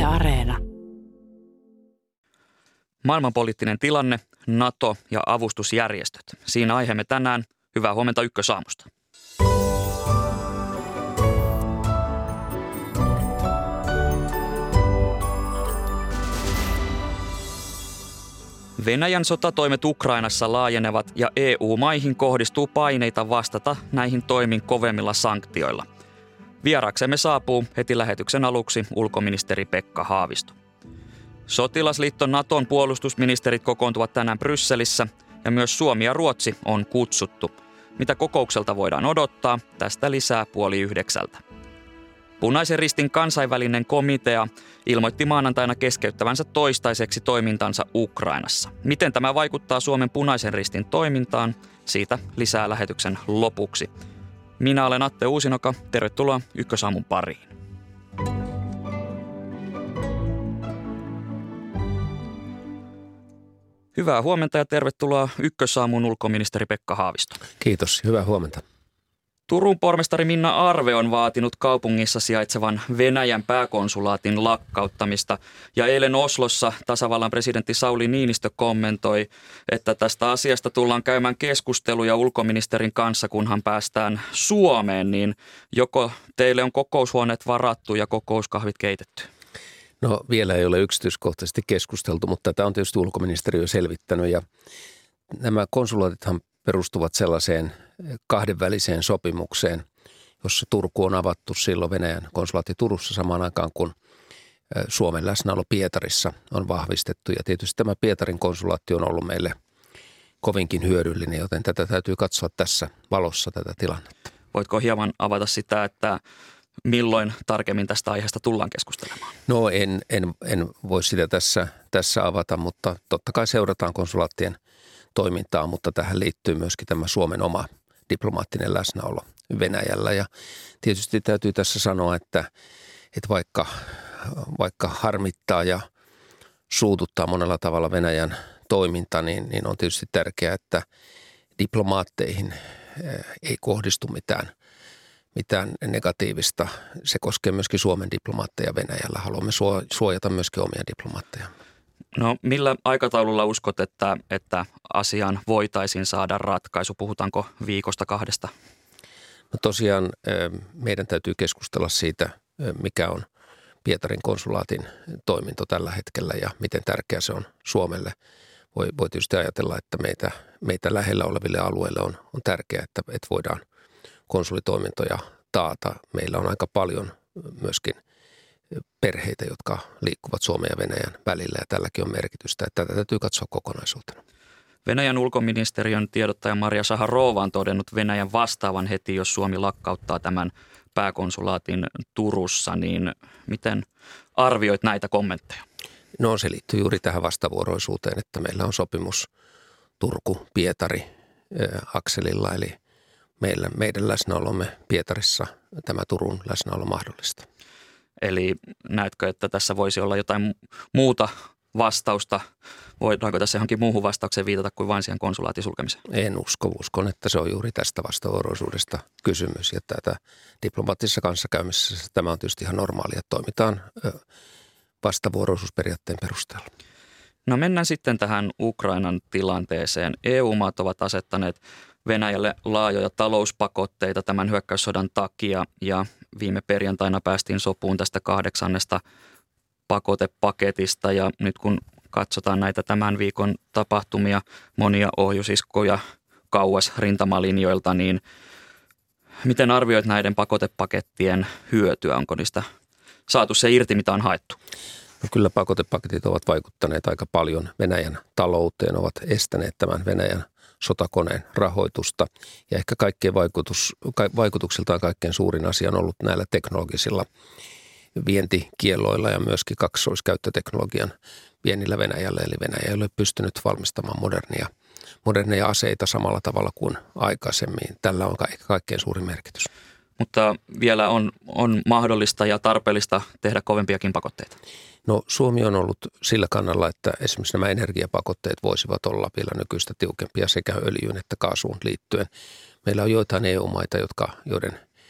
Areena. Maailmanpoliittinen tilanne, NATO ja avustusjärjestöt. Siinä aiheemme tänään. Hyvää huomenta Ykkösaamusta. Venäjän sotatoimet Ukrainassa laajenevat ja EU-maihin kohdistuu paineita vastata näihin toimiin kovemmilla sanktioilla. Vieraaksemme saapuu heti lähetyksen aluksi ulkoministeri Pekka Haavisto. Sotilasliitto Naton puolustusministerit kokoontuvat tänään Brysselissä ja myös Suomi ja Ruotsi on kutsuttu. Mitä kokoukselta voidaan odottaa, tästä lisää 8:30. Punaisen Ristin kansainvälinen komitea ilmoitti maanantaina keskeyttävänsä toistaiseksi toimintansa Ukrainassa. Miten tämä vaikuttaa Suomen Punaisen Ristin toimintaan? Siitä lisää lähetyksen lopuksi. Minä olen Atte Uusinoka. Tervetuloa Ykkösaamun pariin. Hyvää huomenta ja tervetuloa Ykkösaamun ulkoministeri Pekka Haavisto. Kiitos, hyvää huomenta. Turun pormestari Minna Arve on vaatinut kaupungissa sijaitsevan Venäjän pääkonsulaatin lakkauttamista. Ja eilen Oslossa tasavallan presidentti Sauli Niinistö kommentoi, että tästä asiasta tullaan käymään keskusteluja ulkoministerin kanssa, kunhan päästään Suomeen. Niin joko teille on kokoushuoneet varattu ja kokouskahvit keitetty? No vielä ei ole yksityiskohtaisesti keskusteltu, mutta tätä on tietysti ulkoministeriö selvittänyt ja nämä konsulaatit perustuvat sellaiseen kahdenväliseen sopimukseen, jossa Turku on avattu silloin Venäjän konsulaatti Turussa samaan aikaan, kun Suomen läsnäolo Pietarissa on vahvistettu. Ja tietysti tämä Pietarin konsulaatti on ollut meille kovinkin hyödyllinen, joten tätä täytyy katsoa tässä valossa tätä tilannetta. Voitko hieman avata sitä, että milloin tarkemmin tästä aiheesta tullaan keskustelemaan? No en voi sitä tässä avata, mutta totta kai seurataan konsulaattien toimintaa, mutta tähän liittyy myöskin tämä Suomen oma diplomaattinen läsnäolo Venäjällä. Ja tietysti täytyy tässä sanoa, että vaikka harmittaa ja suututtaa monella tavalla Venäjän toiminta, niin on tietysti tärkeää, että diplomaatteihin ei kohdistu mitään negatiivista. Se koskee myöskin Suomen diplomaatteja Venäjällä. Haluamme suojata myöskin omia diplomaatteja. No millä aikataululla uskot, että asiaan voitaisiin saada ratkaisu? Puhutaanko viikosta, 2? No tosiaan meidän täytyy keskustella siitä, mikä on Pietarin konsulaatin toiminto tällä hetkellä ja miten tärkeä se on Suomelle. Voi tietysti ajatella, että meitä lähellä oleville alueille on tärkeää, että voidaan konsulitoimintoja taata. Meillä on aika paljon myöskin perheitä, jotka liikkuvat Suomen ja Venäjän välillä ja tälläkin on merkitystä, että tätä täytyy katsoa kokonaisuutena. Venäjän ulkoministeriön tiedottaja Maria Zaharova on todennut Venäjän vastaavan heti, jos Suomi lakkauttaa tämän pääkonsulaatin Turussa, niin miten arvioit näitä kommentteja? No se liittyy juuri tähän vastavuoroisuuteen, että meillä on sopimus Turku-Pietari-akselilla, eli meidän läsnäolomme Pietarissa tämä Turun läsnäolo mahdollista. Eli näetkö, että tässä voisi olla jotain muuta vastausta? Voidaanko tässä johonkin muuhun vastaukseen viitata kuin vain siihen konsulaatin sulkemiseen? En uskon, että se on juuri tästä vastavuoroisuudesta kysymys. Ja tätä diplomaattisessa kanssakäymisessä tämä on tietysti ihan normaalia, että toimitaan vastavuoroisuusperiaatteen perusteella. No mennään sitten tähän Ukrainan tilanteeseen. EU-maat ovat asettaneet Venäjälle laajoja talouspakotteita tämän hyökkäyssodan takia ja viime perjantaina päästiin sopuun tästä 8. pakotepaketista ja nyt kun katsotaan näitä tämän viikon tapahtumia, monia ohjusiskuja kauas rintamalinjoilta, niin miten arvioit näiden pakotepakettien hyötyä? Onko niistä saatu se irti, mitä on haettu? No kyllä pakotepaketit ovat vaikuttaneet aika paljon Venäjän talouteen, ovat estäneet tämän Venäjän sotakoneen rahoitusta ja ehkä kaikkein vaikutuksiltaan kaikkein suurin asia on ollut näillä teknologisilla vientikielloilla ja myöskin kaksoiskäyttöteknologian vienillä Venäjälle. Eli Venäjä ei ole pystynyt valmistamaan moderneja aseita samalla tavalla kuin aikaisemmin. Tällä on ehkä kaikkein suurin merkitys. Mutta vielä on mahdollista ja tarpeellista tehdä kovempiakin pakotteita. No Suomi on ollut sillä kannalla, että esimerkiksi nämä energiapakotteet voisivat olla vielä nykyistä tiukempia sekä öljyyn että kaasuun liittyen. Meillä on joitain EU-maita, joiden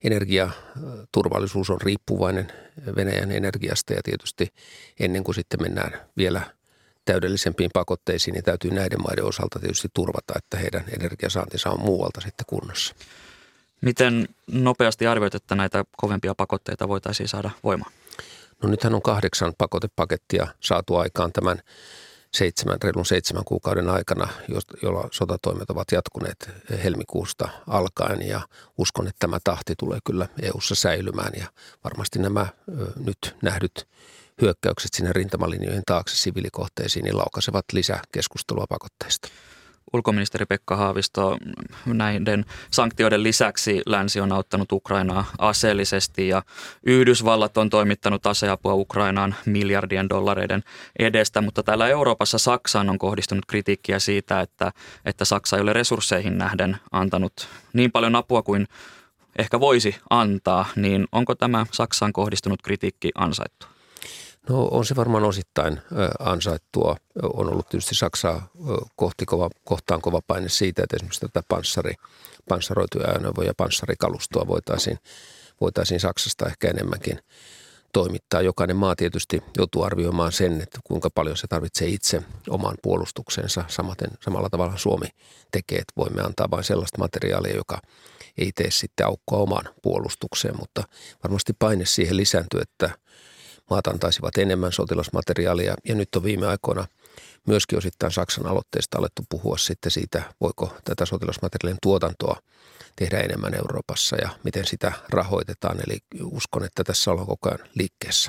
energiaturvallisuus on riippuvainen Venäjän energiasta ja tietysti ennen kuin sitten mennään vielä täydellisempiin pakotteisiin, niin täytyy näiden maiden osalta tietysti turvata, että heidän energiasaantinsa on muualta sitten kunnossa. Miten nopeasti arvioit, että näitä kovempia pakotteita voitaisiin saada voimaan? No nythän on 8 pakotepakettia saatu aikaan tämän reilun 7 kuukauden aikana, jolla sotatoimet ovat jatkuneet helmikuusta alkaen ja uskon, että tämä tahti tulee kyllä EU:ssa säilymään ja varmasti nämä nyt nähdyt hyökkäykset sinne rintamalinjojen taakse siviilikohteisiin niin laukaisevat lisäkeskustelua pakotteista. Ulkoministeri Pekka Haavisto, näiden sanktioiden lisäksi länsi on auttanut Ukrainaa aseellisesti ja Yhdysvallat on toimittanut aseapua Ukrainaan miljardien dollareiden edestä, mutta täällä Euroopassa Saksaan on kohdistunut kritiikkiä siitä, että Saksa ei ole resursseihin nähden antanut niin paljon apua kuin ehkä voisi antaa, niin onko tämä Saksaan kohdistunut kritiikki ansaittu? No on se varmaan osittain ansaittua. On ollut tietysti Saksaa kohtaan kova paine siitä, että esimerkiksi tätä panssaroituja ajoneuvoja ja panssarikalustoa voitaisiin Saksasta ehkä enemmänkin toimittaa. Jokainen maa tietysti joutuu arvioimaan sen, että kuinka paljon se tarvitsee itse omaan puolustuksensa. Samalla tavalla Suomi tekee, että voimme antaa vain sellaista materiaalia, joka ei tee sitten aukkoa omaan puolustukseen, mutta varmasti paine siihen lisääntyy, että maat antaisivat enemmän sotilasmateriaalia ja nyt on viime aikoina myöskin osittain Saksan aloitteesta alettu puhua sitten siitä, voiko tätä sotilasmateriaalien tuotantoa tehdä enemmän Euroopassa ja miten sitä rahoitetaan. Eli uskon, että tässä ollaan koko ajan liikkeessä.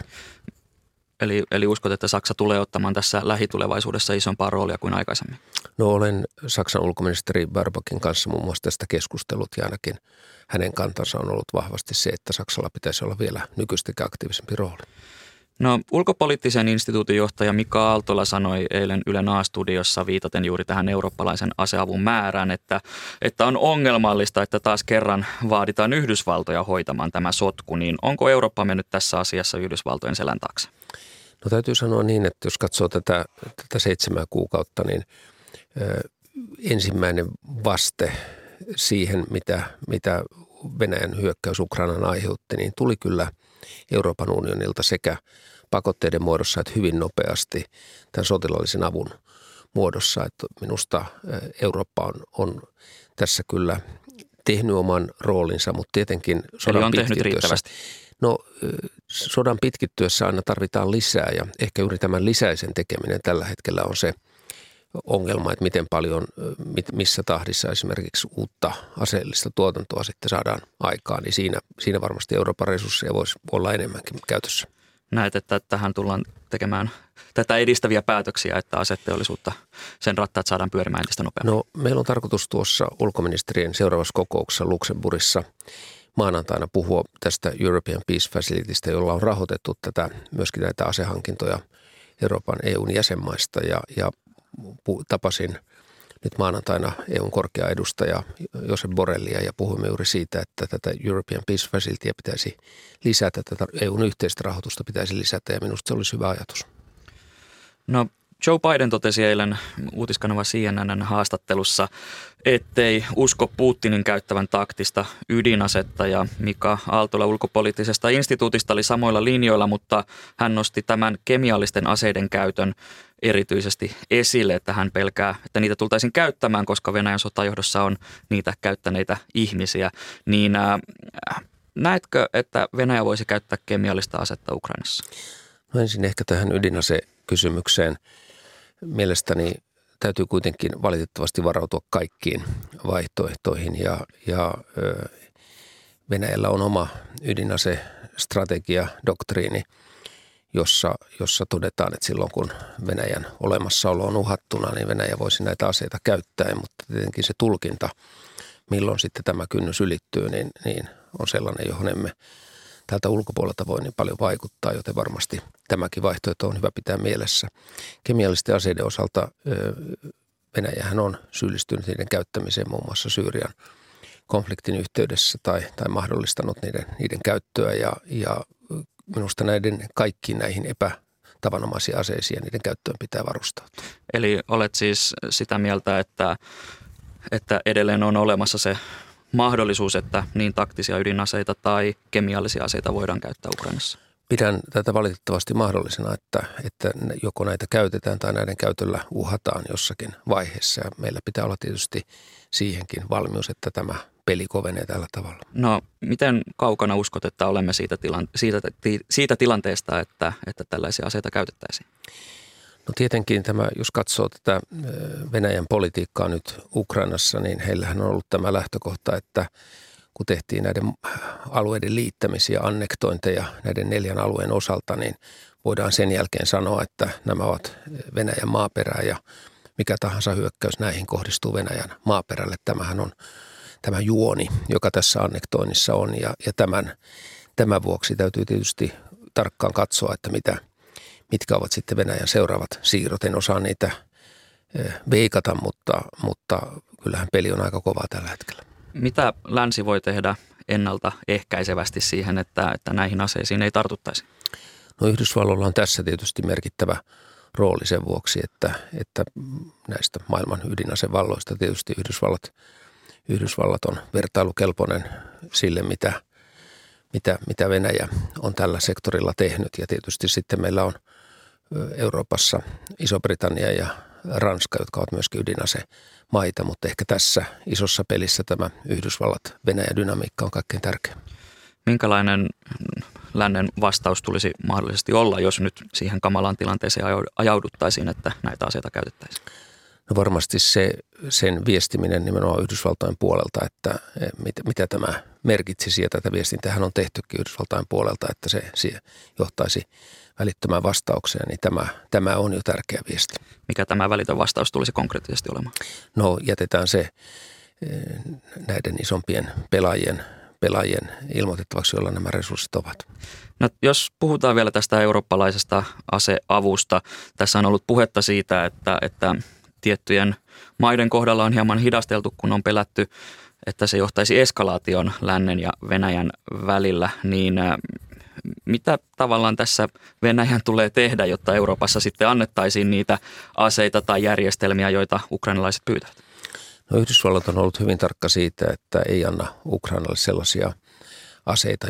Eli uskot, että Saksa tulee ottamaan tässä lähitulevaisuudessa isompaa roolia kuin aikaisemmin? No olen Saksan ulkoministeri Baerbockin kanssa muun muassa tästä keskustellut ja ainakin hänen kantansa on ollut vahvasti se, että Saksalla pitäisi olla vielä nykyistäkin aktiivisempi rooli. No ulkopoliittisen instituutin johtaja Mika Aaltola sanoi eilen Ylen A-studiossa viitaten juuri tähän eurooppalaisen aseavun määrään, että on ongelmallista, että taas kerran vaaditaan Yhdysvaltoja hoitamaan tämä sotku, niin onko Eurooppa mennyt tässä asiassa Yhdysvaltojen selän taakse? No täytyy sanoa niin, että jos katsoo tätä 7 kuukautta, niin ensimmäinen vaste siihen, mitä Venäjän hyökkäys Ukrainaan aiheutti, niin tuli kyllä Euroopan unionilta sekä pakotteiden muodossa että hyvin nopeasti tämän sotilaallisen avun muodossa. Että minusta Eurooppa on tässä kyllä tehnyt oman roolinsa, mutta tietenkin sodan pitkittyessä. No sodan pitkittyessä aina tarvitaan lisää ja ehkä juuri tämän lisäisen tekeminen tällä hetkellä on se ongelma, että miten paljon, missä tahdissa esimerkiksi uutta aseellista tuotantoa sitten saadaan aikaan, niin siinä varmasti Euroopan resursseja voisi olla enemmänkin käytössä. Näet, että tähän tullaan tekemään tätä edistäviä päätöksiä, että aseteollisuutta, sen rattaat saadaan pyörimään entistä nopeammin? No meillä on tarkoitus tuossa ulkoministerien seuraavassa kokouksessa Luxemburgissa maanantaina puhua tästä European Peace Facilitystä, jolla on rahoitettu myöskin näitä asehankintoja Euroopan EUn jäsenmaista ja tapasin nyt maanantaina EUn korkea edustaja Josep Borrellia ja puhuimme juuri siitä, että tätä European Peace Facilityä pitäisi lisätä, tätä EUn yhteistä rahoitusta pitäisi lisätä ja minusta se olisi hyvä ajatus. No Joe Biden totesi eilen uutiskanava CNN:n haastattelussa, ettei usko Putinin käyttävän taktista ydinasetta ja Mika Aaltola ulkopoliittisesta instituutista oli samoilla linjoilla, mutta hän nosti tämän kemiallisten aseiden käytön erityisesti esille, että hän pelkää, että niitä tultaisiin käyttämään, koska Venäjän sotajohdossa on niitä käyttäneitä ihmisiä. Niin näetkö, että Venäjä voisi käyttää kemiallista asetta Ukrainassa? No ensin ehkä tähän ydinasekysymykseen. Mielestäni täytyy kuitenkin valitettavasti varautua kaikkiin vaihtoehtoihin ja Venäjällä on oma ydinasestrategia, doktriini, jossa todetaan, että silloin kun Venäjän olemassaolo on uhattuna, niin Venäjä voisi näitä aseita käyttää, mutta tietenkin se tulkinta, milloin sitten tämä kynnys ylittyy, niin on sellainen, johon emme täältä ulkopuolelta voi niin paljon vaikuttaa, joten varmasti tämäkin vaihtoehto on hyvä pitää mielessä. Kemiallisten aseiden osalta Venäjähän on syyllistynyt niiden käyttämiseen muun muassa Syyrian konfliktin yhteydessä tai mahdollistanut niiden käyttöä ja minusta kaikkiin näihin epätavanomaisiin aseisiin ja niiden käyttöön pitää varustautua. Eli olet siis sitä mieltä, että edelleen on olemassa se mahdollisuus, että niin taktisia ydinaseita tai kemiallisia aseita voidaan käyttää Ukrainassa? Pidän tätä valitettavasti mahdollisena, että joko näitä käytetään tai näiden käytöllä uhataan jossakin vaiheessa. Ja meillä pitää olla tietysti siihenkin valmius, että tämä peli kovenee tällä tavalla. No, miten kaukana uskot, että olemme siitä tilanteesta, että tällaisia aseita käytettäisiin? No tietenkin jos katsoo tätä Venäjän politiikkaa nyt Ukrainassa, niin heillähän on ollut tämä lähtökohta, että kun tehtiin näiden alueiden liittämisiä, annektointeja näiden 4 alueen osalta, niin voidaan sen jälkeen sanoa, että nämä ovat Venäjän maaperää ja mikä tahansa hyökkäys näihin kohdistuu Venäjän maaperälle. Tämähän on tämä juoni, joka tässä annektoinnissa on ja tämän vuoksi täytyy tietysti tarkkaan katsoa, että mitkä ovat sitten Venäjän seuraavat siirrot. En osaa niitä veikata, mutta kyllähän peli on aika kovaa tällä hetkellä. Mitä länsi voi tehdä ennaltaehkäisevästi siihen, että näihin aseisiin ei tartuttaisi? No Yhdysvalloilla on tässä tietysti merkittävä rooli sen vuoksi, että näistä maailman ydinasevalloista tietysti Yhdysvallat on vertailukelpoinen sille, mitä Venäjä on tällä sektorilla tehnyt. Ja tietysti sitten meillä on Euroopassa Iso-Britannia ja Ranska, jotka ovat myöskin ydinasemaita, mutta ehkä tässä isossa pelissä tämä Yhdysvallat-Venäjä-dynamiikka on kaikkein tärkeä. Minkälainen lännen vastaus tulisi mahdollisesti olla, jos nyt siihen kamalaan tilanteeseen ajauduttaisiin, että näitä aseita käytettäisiin? No varmasti sen viestiminen nimenomaan Yhdysvaltain puolelta, että mitä tämä merkitsisi, ja tätä viestintäähän on tehtykin Yhdysvaltain puolelta, että se johtaisi välittömään vastaukseen, niin tämä on jo tärkeä viesti. Mikä tämä välitön vastaus tulisi konkreettisesti olemaan? No jätetään se näiden isompien pelaajien ilmoitettavaksi, joilla nämä resurssit ovat. No, jos puhutaan vielä tästä eurooppalaisesta aseavusta, tässä on ollut puhetta siitä, että tiettyjen maiden kohdalla on hieman hidasteltu, kun on pelätty, että se johtaisi eskalaation lännen ja Venäjän välillä, niin mitä tavallaan tässä Venäjän tulee tehdä, jotta Euroopassa sitten annettaisiin niitä aseita tai järjestelmiä, joita ukrainalaiset pyytävät? No Yhdysvallat on ollut hyvin tarkka siitä, että ei anna Ukrainalle sellaisia aseita,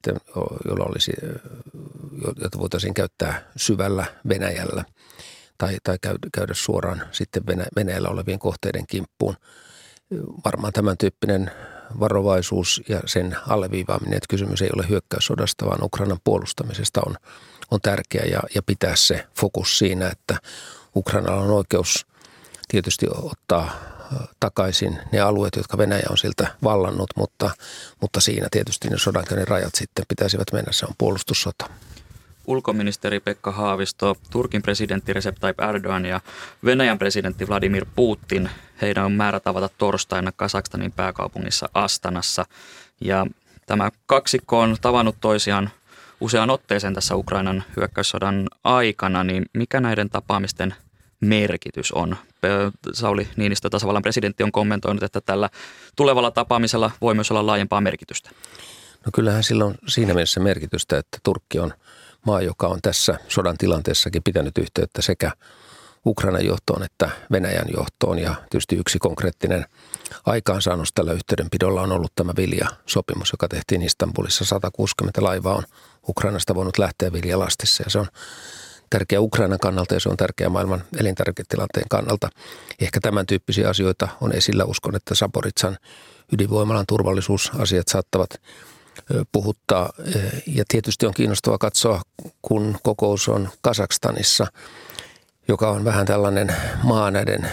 joita voitaisiin käyttää syvällä Venäjällä tai käydä suoraan sitten Venäjällä olevien kohteiden kimppuun. Varmaan tämän tyyppinen varovaisuus ja sen alleviivaaminen, että kysymys ei ole hyökkäyssodasta, vaan Ukrainan puolustamisesta on tärkeä ja pitää se fokus siinä, että Ukrainalla on oikeus tietysti ottaa takaisin ne alueet, jotka Venäjä on siltä vallannut, mutta siinä tietysti ne sodankäynnin rajat sitten pitäisivät mennä, se on puolustussota. Ulkoministeri Pekka Haavisto, Turkin presidentti Recep Tayyip Erdoğan ja Venäjän presidentti Vladimir Putin, heidän on määrä tavata torstaina Kazakstanin pääkaupungissa Astanassa. Ja tämä kaksikko on tavannut toisiaan useaan otteeseen tässä Ukrainan hyökkäyssodan aikana, niin mikä näiden tapaamisten merkitys on? Sauli Niinistö, tasavallan presidentti, on kommentoinut, että tällä tulevalla tapaamisella voi myös olla laajempaa merkitystä. No kyllähän sillä on siinä mielessä merkitystä, että Turkki on maa, joka on tässä sodan tilanteessakin pitänyt yhteyttä sekä Ukrainan johtoon että Venäjän johtoon. Ja tietysti yksi konkreettinen aikaansaannos tällä yhteydenpidolla on ollut tämä Vilja-sopimus, joka tehtiin Istanbulissa. 160 laivaa on Ukrainasta voinut lähteä viljalastissa ja se on tärkeä Ukrainan kannalta ja se on tärkeä maailman elintarviketilanteen kannalta. Ehkä tämän tyyppisiä asioita on esillä. Uskon, että Zaporizhzhan ydinvoimalan turvallisuusasiat saattavat puhuttaa. Ja tietysti on kiinnostavaa katsoa, kun kokous on Kazakstanissa, joka on vähän tällainen maa näiden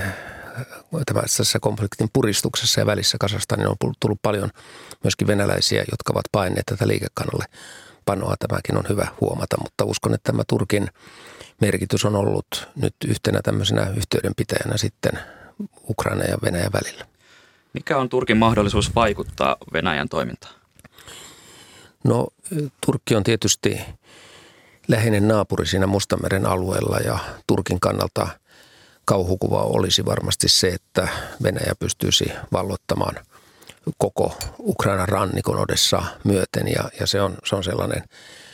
tässä konfliktin puristuksessa ja välissä. Kazakstanin on tullut paljon myöskin venäläisiä, jotka ovat paineet tätä liikekannalle panoa. Tämäkin on hyvä huomata, mutta uskon, että tämä Turkin merkitys on ollut nyt yhtenä tämmöisenä yhteydenpitäjänä sitten Ukraina ja Venäjän välillä. Mikä on Turkin mahdollisuus vaikuttaa Venäjän toimintaan? No Turkki on tietysti läheinen naapuri siinä Mustanmeren alueella ja Turkin kannalta kauhukuva olisi varmasti se, että Venäjä pystyisi valloittamaan koko Ukrainan rannikon Odessaa myöten ja se on sellainen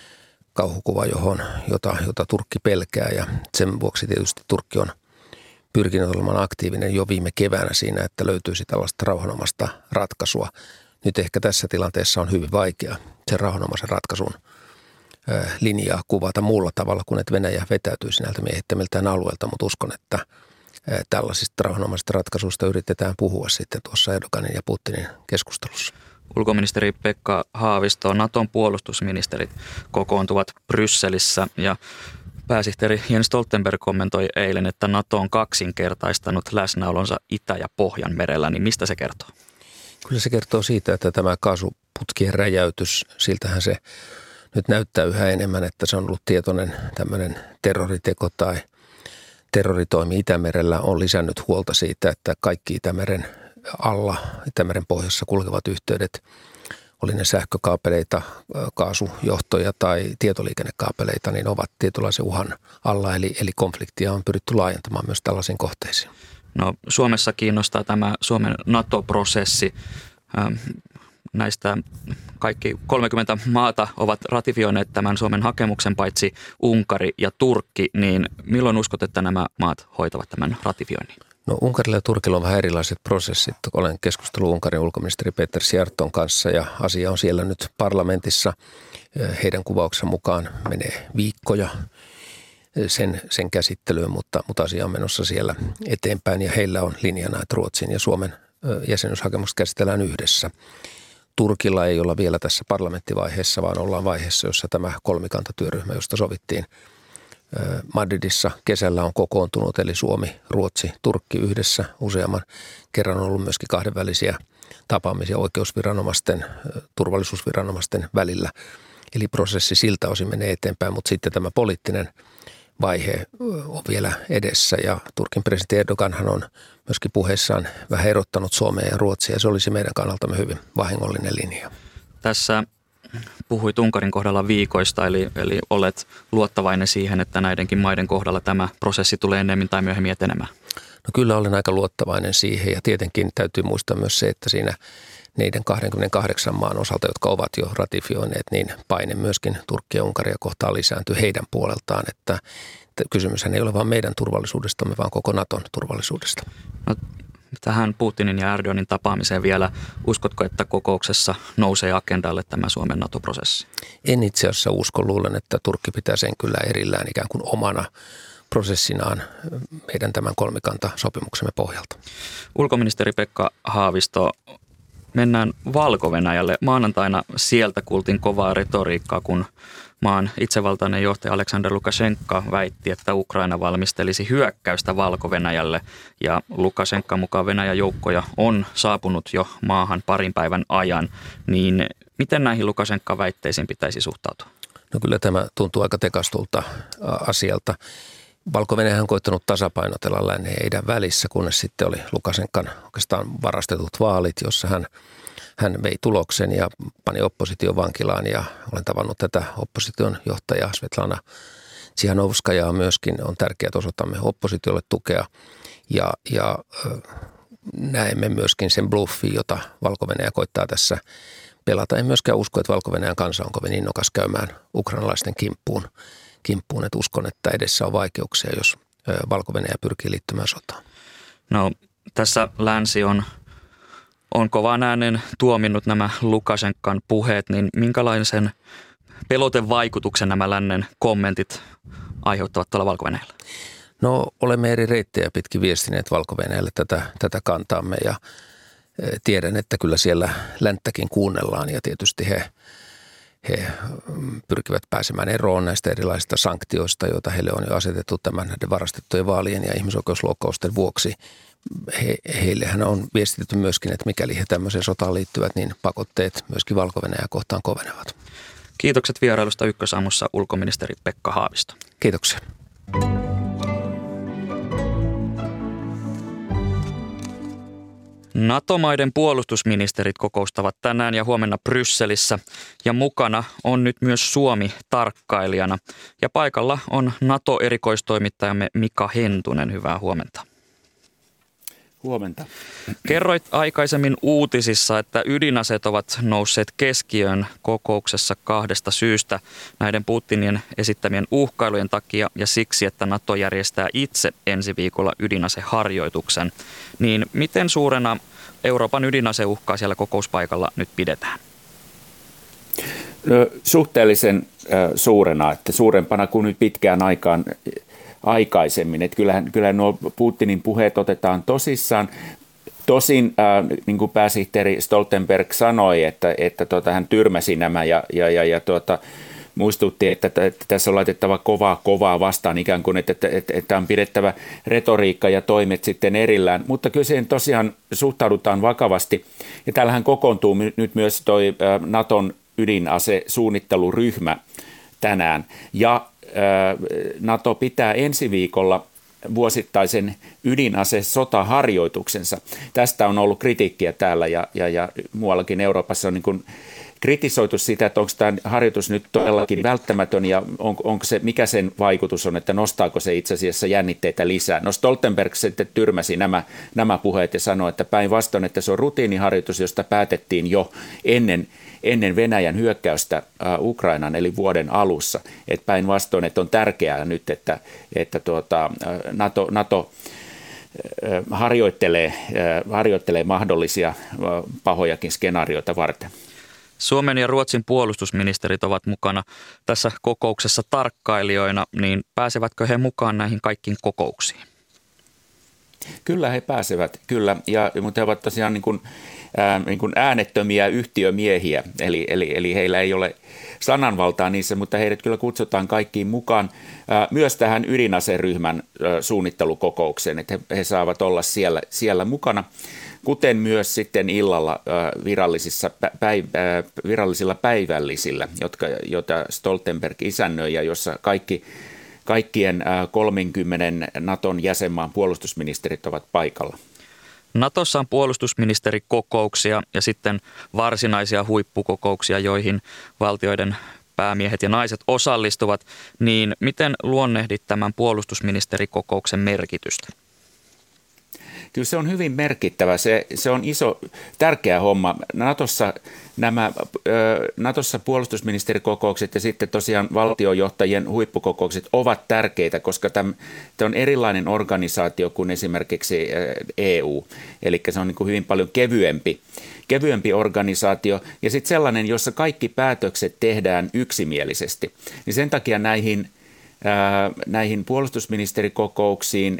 kauhukuva, jota Turkki pelkää ja sen vuoksi tietysti Turkki on pyrkinyt olemaan aktiivinen jo viime keväänä siinä, että löytyisi tällaista rauhanomaista ratkaisua. Nyt ehkä tässä tilanteessa on hyvin vaikea sen rauhanomaisen ratkaisun linjaa kuvata muulla tavalla kuin, että Venäjä vetäytyisi näiltä miehittämiltään alueelta, mutta uskon, että tällaisista rauhanomaisista ratkaisuista yritetään puhua sitten tuossa Erdoganin ja Putinin keskustelussa. Ulkoministeri Pekka Haavisto, Naton puolustusministerit kokoontuvat Brysselissä ja pääsihteeri Jens Stoltenberg kommentoi eilen, että Nato on kaksinkertaistanut läsnäolonsa Itä- ja Pohjanmerellä, niin mistä se kertoo? Kyllä se kertoo siitä, että tämä kaasuputkien räjäytys, siltähän se nyt näyttää yhä enemmän, että se on ollut tietoinen tämmöinen terroriteko tai terroritoimi Itämerellä on lisännyt huolta siitä, että kaikki Itämeren alla, Itämeren pohjassa kulkevat yhteydet, oli ne sähkökaapeleita, kaasujohtoja tai tietoliikennekaapeleita, niin ovat tietynlaisen uhan alla. Eli konfliktia on pyritty laajentamaan myös tällaisiin kohteisiin. No, Suomessa kiinnostaa tämä Suomen NATO-prosessi. Näistä kaikki 30 maata ovat ratifioineet tämän Suomen hakemuksen, paitsi Unkari ja Turkki, niin milloin uskot, että nämä maat hoitavat tämän ratifioinnin? No, Unkarilla ja Turkilla on vähän erilaiset prosessit. Olen keskustellut Unkarin ulkoministeri Péter Szijjártón kanssa ja asia on siellä nyt parlamentissa. Heidän kuvauksen mukaan menee viikkoja sen käsittelyyn, mutta asia on menossa siellä eteenpäin ja heillä on linjana, että Ruotsin ja Suomen jäsenyyshakemus käsitellään yhdessä. Turkilla ei olla vielä tässä parlamenttivaiheessa, vaan ollaan vaiheessa, jossa tämä kolmikantatyöryhmä, josta sovittiin Madridissa kesällä on kokoontunut, eli Suomi, Ruotsi, Turkki yhdessä useamman kerran on ollut myöskin kahdenvälisiä tapaamisia oikeusviranomaisten, turvallisuusviranomaisten välillä. Eli prosessi siltä osin menee eteenpäin, mutta sitten tämä poliittinen vaihe on vielä edessä ja Turkin presidentti Erdoganhan on myöskin puheessaan vähän erottanut Suomea ja Ruotsia ja se olisi meidän kannaltamme hyvin vahingollinen linja. Tässä puhuit Unkarin kohdalla viikoista, eli olet luottavainen siihen, että näidenkin maiden kohdalla tämä prosessi tulee ennemmin tai myöhemmin etenemään? No kyllä olen aika luottavainen siihen ja tietenkin täytyy muistaa myös se, että siinä niiden 28 maan osalta, jotka ovat jo ratifioineet, niin paine myöskin Turkkia ja Unkaria kohtaan lisääntyy heidän puoleltaan, että kysymyshän ei ole vain meidän turvallisuudestamme, vaan koko Naton turvallisuudesta. No, tähän Putinin ja Erdoganin tapaamiseen vielä. Uskotko, että kokouksessa nousee agendalle tämä Suomen NATO-prosessi? En itse asiassa usko. Luulen, että Turkki pitää sen kyllä erillään ikään kuin omana prosessinaan meidän tämän kolmikantasopimuksemme pohjalta. Ulkoministeri Pekka Haavisto, mennään Valko-Venäjälle. Maanantaina sieltä kuultiin kovaa retoriikkaa, kun maan itsevaltainen johtaja Alexander Lukashenka väitti, että Ukraina valmistelisi hyökkäystä Valko-Venäjälle. Ja Lukashenkan mukaan Venäjän joukkoja on saapunut jo maahan parin päivän ajan. Niin miten näihin Lukashenkan väitteisiin pitäisi suhtautua? No kyllä tämä tuntuu aika tekastulta asialta. Valko-Venäjä on koittanut tasapainotella lännen ja idän välissä, kunnes sitten oli Lukashenkan oikeastaan varastetut vaalit, jossa hän vei tuloksen ja pani opposition vankilaan ja olen tavannut tätä opposition johtajaa Svetlana Tsihanovskajaa myöskin. On tärkeää, että osoitamme oppositiolle tukea ja näemme myöskin sen bluffin, jota Valko-Venäjä koittaa tässä pelata. En myöskään usko, että Valko-Venäjän kansa on kovin innokas käymään ukrainalaisten kimppuun. Että uskon, että edessä on vaikeuksia, jos Valko-Venäjä pyrkii liittymään sotaan. No, tässä länsi on kovaan äänen tuominnut nämä Lukashenkan puheet, niin minkälaisen pelotevaikutuksen nämä lännen kommentit aiheuttavat tuolla Valko-Venäjällä? No, olemme eri reittejä pitkin viestineet Valko-Venäjälle tätä kantaamme ja tiedän, että kyllä siellä länttäkin kuunnellaan ja tietysti he pyrkivät pääsemään eroon näistä erilaisista sanktioista, joita heille on jo asetettu tämän näiden varastettujen vaalien ja ihmisoikeusloukkausten vuoksi. Heillehän on viestitetty myöskin, että mikäli he tämmöiseen sotaan liittyvät, niin pakotteet myöskin Valko-Venäjää kohtaan kovenevat. Kiitokset vierailusta Ykkösaamussa ulkoministeri Pekka Haavisto. Kiitoksia. NATO-maiden puolustusministerit kokoustavat tänään ja huomenna Brysselissä ja mukana on nyt myös Suomi tarkkailijana. Ja paikalla on NATO-erikoistoimittajamme Mika Hentunen. Hyvää huomenta. Huomenta. Kerroit aikaisemmin uutisissa, että ydinaseet ovat nousseet keskiöön kokouksessa 2 syystä näiden Putinin esittämien uhkailujen takia ja siksi, että NATO järjestää itse ensi viikolla ydinaseharjoituksen. Niin miten suurena Euroopan ydinaseuhkaa siellä kokouspaikalla nyt pidetään? Suhteellisen suurena, että suurempana kuin nyt pitkään aikaan aikaisemmin. Että kyllähän nuo Putinin puheet otetaan tosissaan. Tosin, niin kuin pääsihteeri Stoltenberg sanoi, että hän tyrmäsi nämä ja muistutti, että tässä on laitettava kovaa vastaan ikään kuin, että on pidettävä retoriikka ja toimet sitten erillään. Mutta kyllä siihen tosiaan suhtaudutaan vakavasti. Ja täällähän kokoontuu nyt myös toi Naton ydinasesuunnitteluryhmä tänään. Ja NATO pitää ensi viikolla vuosittaisen ydinase-sotaharjoituksensa. Tästä on ollut kritiikkiä täällä ja muuallakin Euroopassa on niin kuin kritisoitu sitä, että onko tämä harjoitus nyt todellakin välttämätön ja onko se, mikä sen vaikutus on, että nostaako se itse asiassa jännitteitä lisää. No Stoltenberg sitten tyrmäsi nämä puheet ja sanoi, että päinvastoin, että se on rutiiniharjoitus, josta päätettiin jo ennen Venäjän hyökkäystä Ukrainaan, eli vuoden alussa. Että päinvastoin, että on tärkeää nyt, että NATO harjoittelee mahdollisia pahojakin skenaarioita varten. Suomen ja Ruotsin puolustusministerit ovat mukana tässä kokouksessa tarkkailijoina, niin pääsevätkö he mukaan näihin kaikkiin kokouksiin? Kyllä he pääsevät, kyllä, mutta he ovat tosiaan niin kuin äänettömiä yhtiömiehiä, eli heillä ei ole sananvaltaa niissä, mutta heidät kyllä kutsutaan kaikkiin mukaan myös tähän ydinaseryhmän suunnittelukokoukseen, että he saavat olla siellä mukana, kuten myös sitten illalla virallisilla päivällisillä, joita Stoltenberg isännöi ja jossa kaikkien 30 Naton jäsenmaan puolustusministerit ovat paikalla. Natossa on puolustusministerikokouksia ja sitten varsinaisia huippukokouksia, joihin valtioiden päämiehet ja naiset osallistuvat. Niin miten luonnehdit tämän puolustusministerikokouksen merkitystä? Kyllä se on hyvin merkittävä. Se on iso, tärkeä homma. Natossa puolustusministerikokoukset ja sitten tosiaan valtiojohtajien huippukokoukset ovat tärkeitä, koska tämä on erilainen organisaatio kuin esimerkiksi EU. Eli se on niin kuin hyvin paljon kevyempi organisaatio ja sitten sellainen, jossa kaikki päätökset tehdään yksimielisesti. Niin sen takia näihin puolustusministerikokouksiin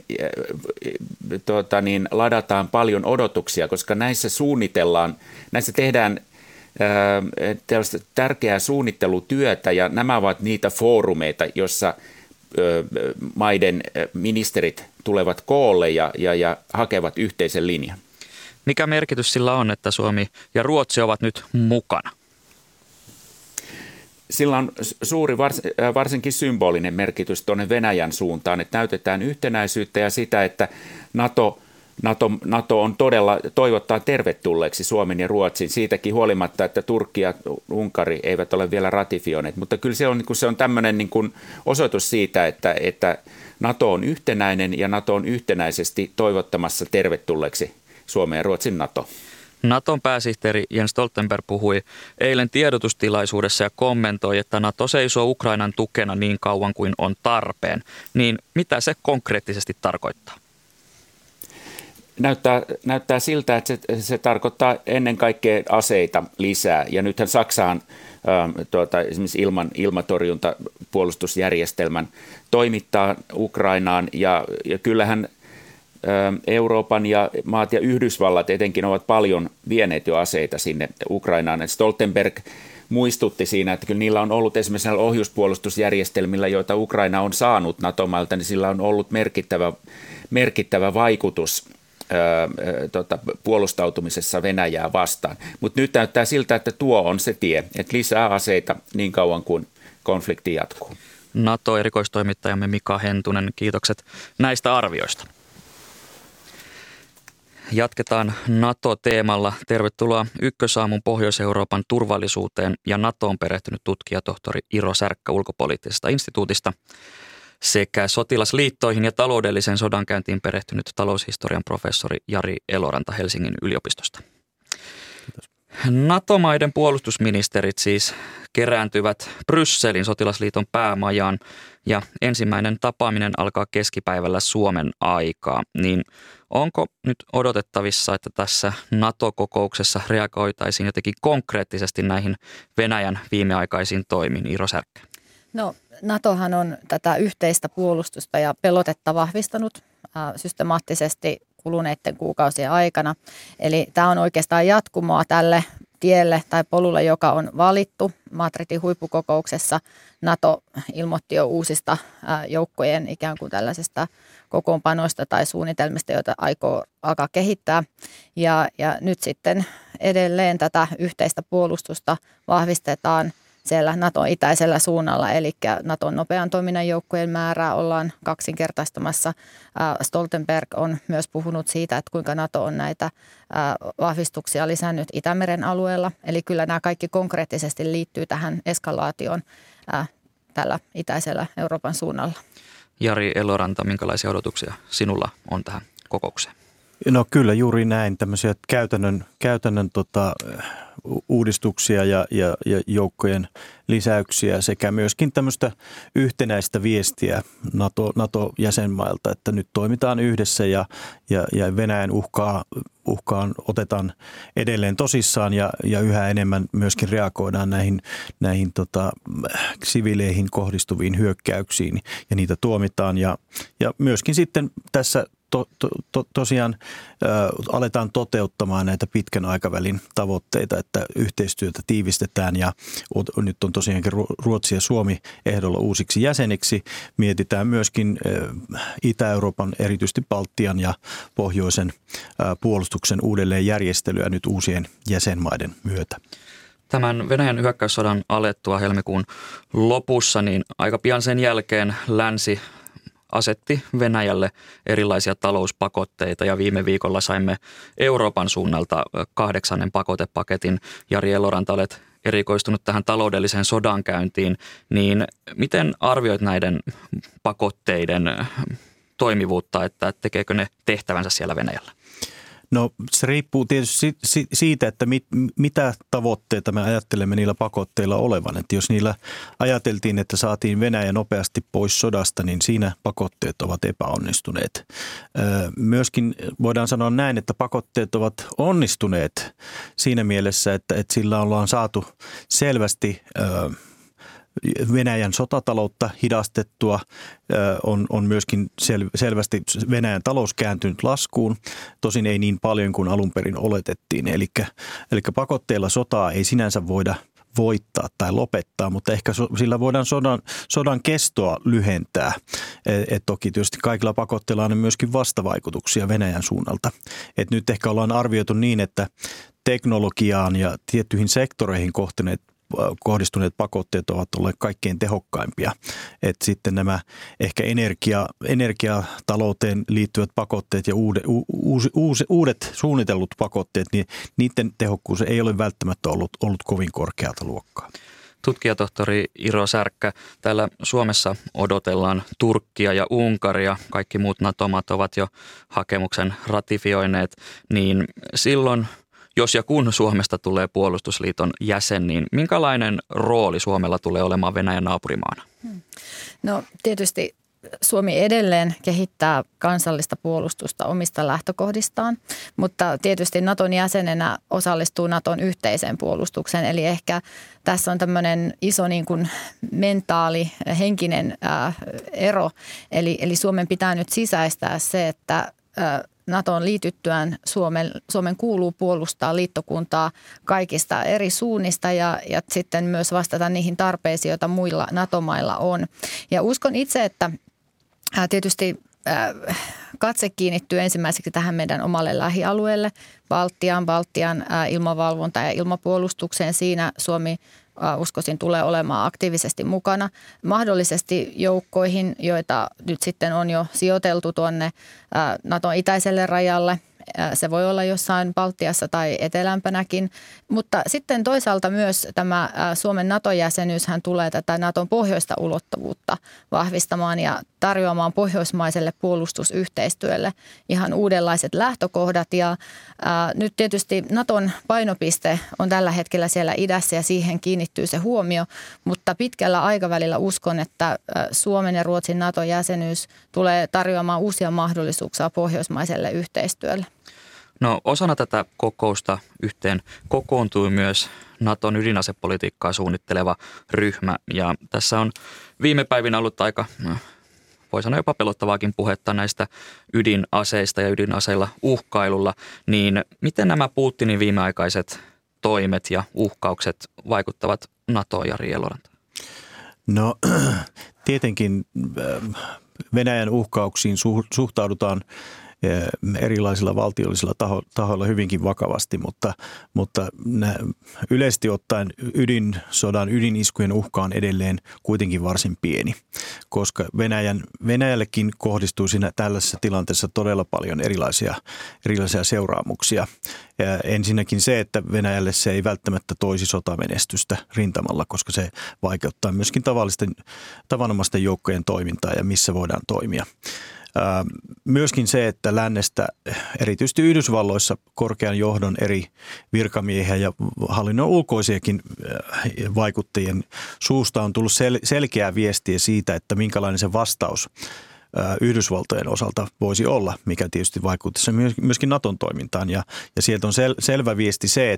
ladataan paljon odotuksia, koska näissä tehdään tällaista tärkeää suunnittelutyötä ja nämä ovat niitä foorumeita, jossa maiden ministerit tulevat koolle ja hakevat yhteisen linjan. Mikä merkitys sillä on, että Suomi ja Ruotsi ovat nyt mukana? Sillä on suuri, varsinkin symbolinen merkitys tuonne Venäjän suuntaan, että näytetään yhtenäisyyttä ja sitä, että NATO on todella toivottaa tervetulleeksi Suomen ja Ruotsin siitäkin huolimatta, että Turkki ja Unkari eivät ole vielä ratifioineet. Mutta kyllä se on tämmöinen niin kuin osoitus siitä, että NATO on yhtenäinen ja NATO on yhtenäisesti toivottamassa tervetulleeksi Suomen ja Ruotsin NATO. Naton pääsihteeri Jens Stoltenberg puhui eilen tiedotustilaisuudessa ja kommentoi, että NATO seisoo Ukrainan tukena niin kauan kuin on tarpeen. Niin mitä se konkreettisesti tarkoittaa? Näyttää siltä, että se tarkoittaa ennen kaikkea aseita lisää. Ja nythän Saksaan esimerkiksi ilmatorjuntapuolustusjärjestelmän toimittaa Ukrainaan ja kyllähän Euroopan ja maat ja Yhdysvallat etenkin ovat paljon vieneet jo aseita sinne Ukrainaan. Stoltenberg muistutti siinä, että kyllä niillä on ollut esimerkiksi ohjuspuolustusjärjestelmillä, joita Ukraina on saanut NATO-mailta, niin sillä on ollut merkittävä vaikutus puolustautumisessa Venäjää vastaan. Mutta nyt näyttää siltä, että tuo on se tie, että lisää aseita niin kauan kuin konflikti jatkuu. NATO-erikoistoimittajamme Mika Hentunen, kiitokset näistä arvioista. Jatketaan NATO-teemalla. Tervetuloa Ykkösaamun Pohjois-Euroopan turvallisuuteen ja NATOon perehtynyt tutkija tohtori Iro Särkkä Ulkopoliittisesta instituutista. sekä sotilasliittoihin ja taloudelliseen sodankäyntiin perehtynyt taloushistorian professori Jari Eloranta Helsingin yliopistosta. Kiitos. NATO-maiden puolustusministerit siis kerääntyvät Brysselin sotilasliiton päämajaan ja ensimmäinen tapaaminen alkaa keskipäivällä Suomen aikaa. Niin onko nyt odotettavissa, että tässä NATO-kokouksessa reagoitaisiin jotenkin konkreettisesti näihin Venäjän viimeaikaisiin toimiin? Iiro Särkkä. No, NATOhan on tätä yhteistä puolustusta ja pelotetta vahvistanut systemaattisesti kuluneiden kuukausien aikana. Eli tämä on oikeastaan jatkumoa tälle tielle tai polulle, joka on valittu. Madridin huippukokouksessa NATO ilmoitti jo uusista joukkojen ikään kuin tällaisesta kokoonpanoista tai suunnitelmista, joita aikoo alkaa kehittää. Ja nyt sitten edelleen tätä yhteistä puolustusta vahvistetaan siellä Naton itäisellä suunnalla, eli Naton nopean toiminnan joukkojen määrää ollaan kaksinkertaistamassa. Stoltenberg on myös puhunut siitä, että kuinka Nato on näitä vahvistuksia lisännyt Itämeren alueella. Eli kyllä nämä kaikki konkreettisesti liittyy tähän eskalaatioon tällä itäisellä Euroopan suunnalla. Jari Eloranta, minkälaisia odotuksia sinulla on tähän kokoukseen? No kyllä juuri näin, tämmöisiä käytännön uudistuksia ja joukkojen lisäyksiä sekä myöskin tämmöistä yhtenäistä viestiä NATO-jäsenmailta, että nyt toimitaan yhdessä ja Venäjän uhkaan otetaan edelleen tosissaan ja yhä enemmän myöskin reagoidaan näihin siviileihin kohdistuviin hyökkäyksiin ja niitä tuomitaan ja myöskin sitten tässä tosiaan aletaan toteuttamaan näitä pitkän aikavälin tavoitteita, että yhteistyötä tiivistetään ja nyt on tosiaankin Ruotsi ja Suomi ehdolla uusiksi jäseniksi. Mietitään myöskin Itä-Euroopan, erityisesti Baltian ja pohjoisen puolustuksen uudelleenjärjestelyä nyt uusien jäsenmaiden myötä. Tämän Venäjän hyökkäyssodan alettua helmikuun lopussa, niin aika pian sen jälkeen länsi asetti Venäjälle erilaisia talouspakotteita ja viime viikolla saimme Euroopan suunnalta 8. pakotepaketin. Jari Eloranta, olet erikoistunut tähän taloudelliseen sodankäyntiin, niin miten arvioit näiden pakotteiden toimivuutta, että tekeekö ne tehtävänsä siellä Venäjällä? No se riippuu tietysti siitä, että mitä tavoitteita me ajattelemme niillä pakotteilla olevan. Että jos niillä ajateltiin, että saatiin Venäjä nopeasti pois sodasta, niin siinä pakotteet ovat epäonnistuneet. Myöskin voidaan sanoa näin, että pakotteet ovat onnistuneet siinä mielessä, että sillä ollaan saatu selvästi Venäjän sotataloutta hidastettua, on myöskin selvästi Venäjän talous kääntynyt laskuun, tosin ei niin paljon kuin alun perin oletettiin. Eli pakotteilla sotaa ei sinänsä voida voittaa tai lopettaa, mutta ehkä sillä voidaan sodan kestoa lyhentää. Toki tietysti kaikilla pakotteilla on myöskin vastavaikutuksia Venäjän suunnalta. Nyt ehkä ollaan arvioitu niin, että teknologiaan ja tiettyihin sektoreihin kohdistuneet pakotteet ovat olleet kaikkein tehokkaimpia. Että sitten nämä ehkä energiatalouteen liittyvät pakotteet ja uudet suunnitellut pakotteet, niin niiden tehokkuus ei ole välttämättä ollut kovin korkeata luokkaa. Tutkijatohtori Iiro Särkkä, täällä Suomessa odotellaan Turkkia ja Unkaria. Kaikki muut NATO-maat ovat jo hakemuksen ratifioineet, niin silloin jos ja kun Suomesta tulee puolustusliiton jäsen, niin minkälainen rooli Suomella tulee olemaan Venäjän naapurimaana? No tietysti Suomi edelleen kehittää kansallista puolustusta omista lähtökohdistaan, mutta tietysti Naton jäsenenä osallistuu Naton yhteiseen puolustukseen. Eli ehkä tässä on tämmöinen iso niin kuin mentaali, henkinen ero. Eli Suomen pitää nyt sisäistää se, että NATOon liityttyään Suomen kuuluu puolustaa liittokuntaa kaikista eri suunnista ja sitten myös vastata niihin tarpeisiin, joita muilla NATO-mailla on. Ja uskon itse, että tietysti katse kiinnittyy ensimmäiseksi tähän meidän omalle lähialueelle, Baltian ilmavalvonta ja ilmapuolustukseen. Siinä Suomi uskoisin tulee olemaan aktiivisesti mukana. Mahdollisesti joukkoihin, joita nyt sitten on jo sijoiteltu tuonne Naton itäiselle rajalle. Se voi olla jossain Baltiassa tai etelämpänäkin, mutta sitten toisaalta myös tämä Suomen NATO-jäsenyyshän tulee tätä NATOn pohjoista ulottuvuutta vahvistamaan ja tarjoamaan pohjoismaiselle puolustusyhteistyölle ihan uudenlaiset lähtökohdat. Ja nyt tietysti NATOn painopiste on tällä hetkellä siellä idässä ja siihen kiinnittyy se huomio, mutta pitkällä aikavälillä uskon, että Suomen ja Ruotsin NATO-jäsenyys tulee tarjoamaan uusia mahdollisuuksia pohjoismaiselle yhteistyölle. No osana tätä kokousta yhteen kokoontui myös NATOn ydinasepolitiikkaa suunnitteleva ryhmä ja tässä on viime päivinä ollut aika, voi sanoa jopa pelottavaakin puhetta näistä ydinaseista ja ydinaseilla uhkailulla, niin miten nämä Putinin viimeaikaiset toimet ja uhkaukset vaikuttavat NATOon, Jari Eloranta? No tietenkin Venäjän uhkauksiin suhtaudutaan erilaisilla valtiollisilla tahoilla hyvinkin vakavasti, mutta yleisesti ottaen ydiniskujen uhka on edelleen kuitenkin varsin pieni, koska Venäjällekin kohdistuu siinä tällaisessa tilanteessa todella paljon erilaisia seuraamuksia. Ja ensinnäkin se, että Venäjälle se ei välttämättä toisi sotamenestystä rintamalla, koska se vaikeuttaa myöskin tavanomaisten joukkojen toimintaa ja missä voidaan toimia. Myöskin se, että lännestä, erityisesti Yhdysvalloissa korkean johdon eri virkamiehiä ja hallinnon ulkoisiakin vaikuttajien suusta on tullut selkeää viestiä siitä, että minkälainen se vastaus Yhdysvaltojen osalta voisi olla, mikä tietysti vaikuttaisi myöskin Naton toimintaan. Ja sieltä on selvä viesti se,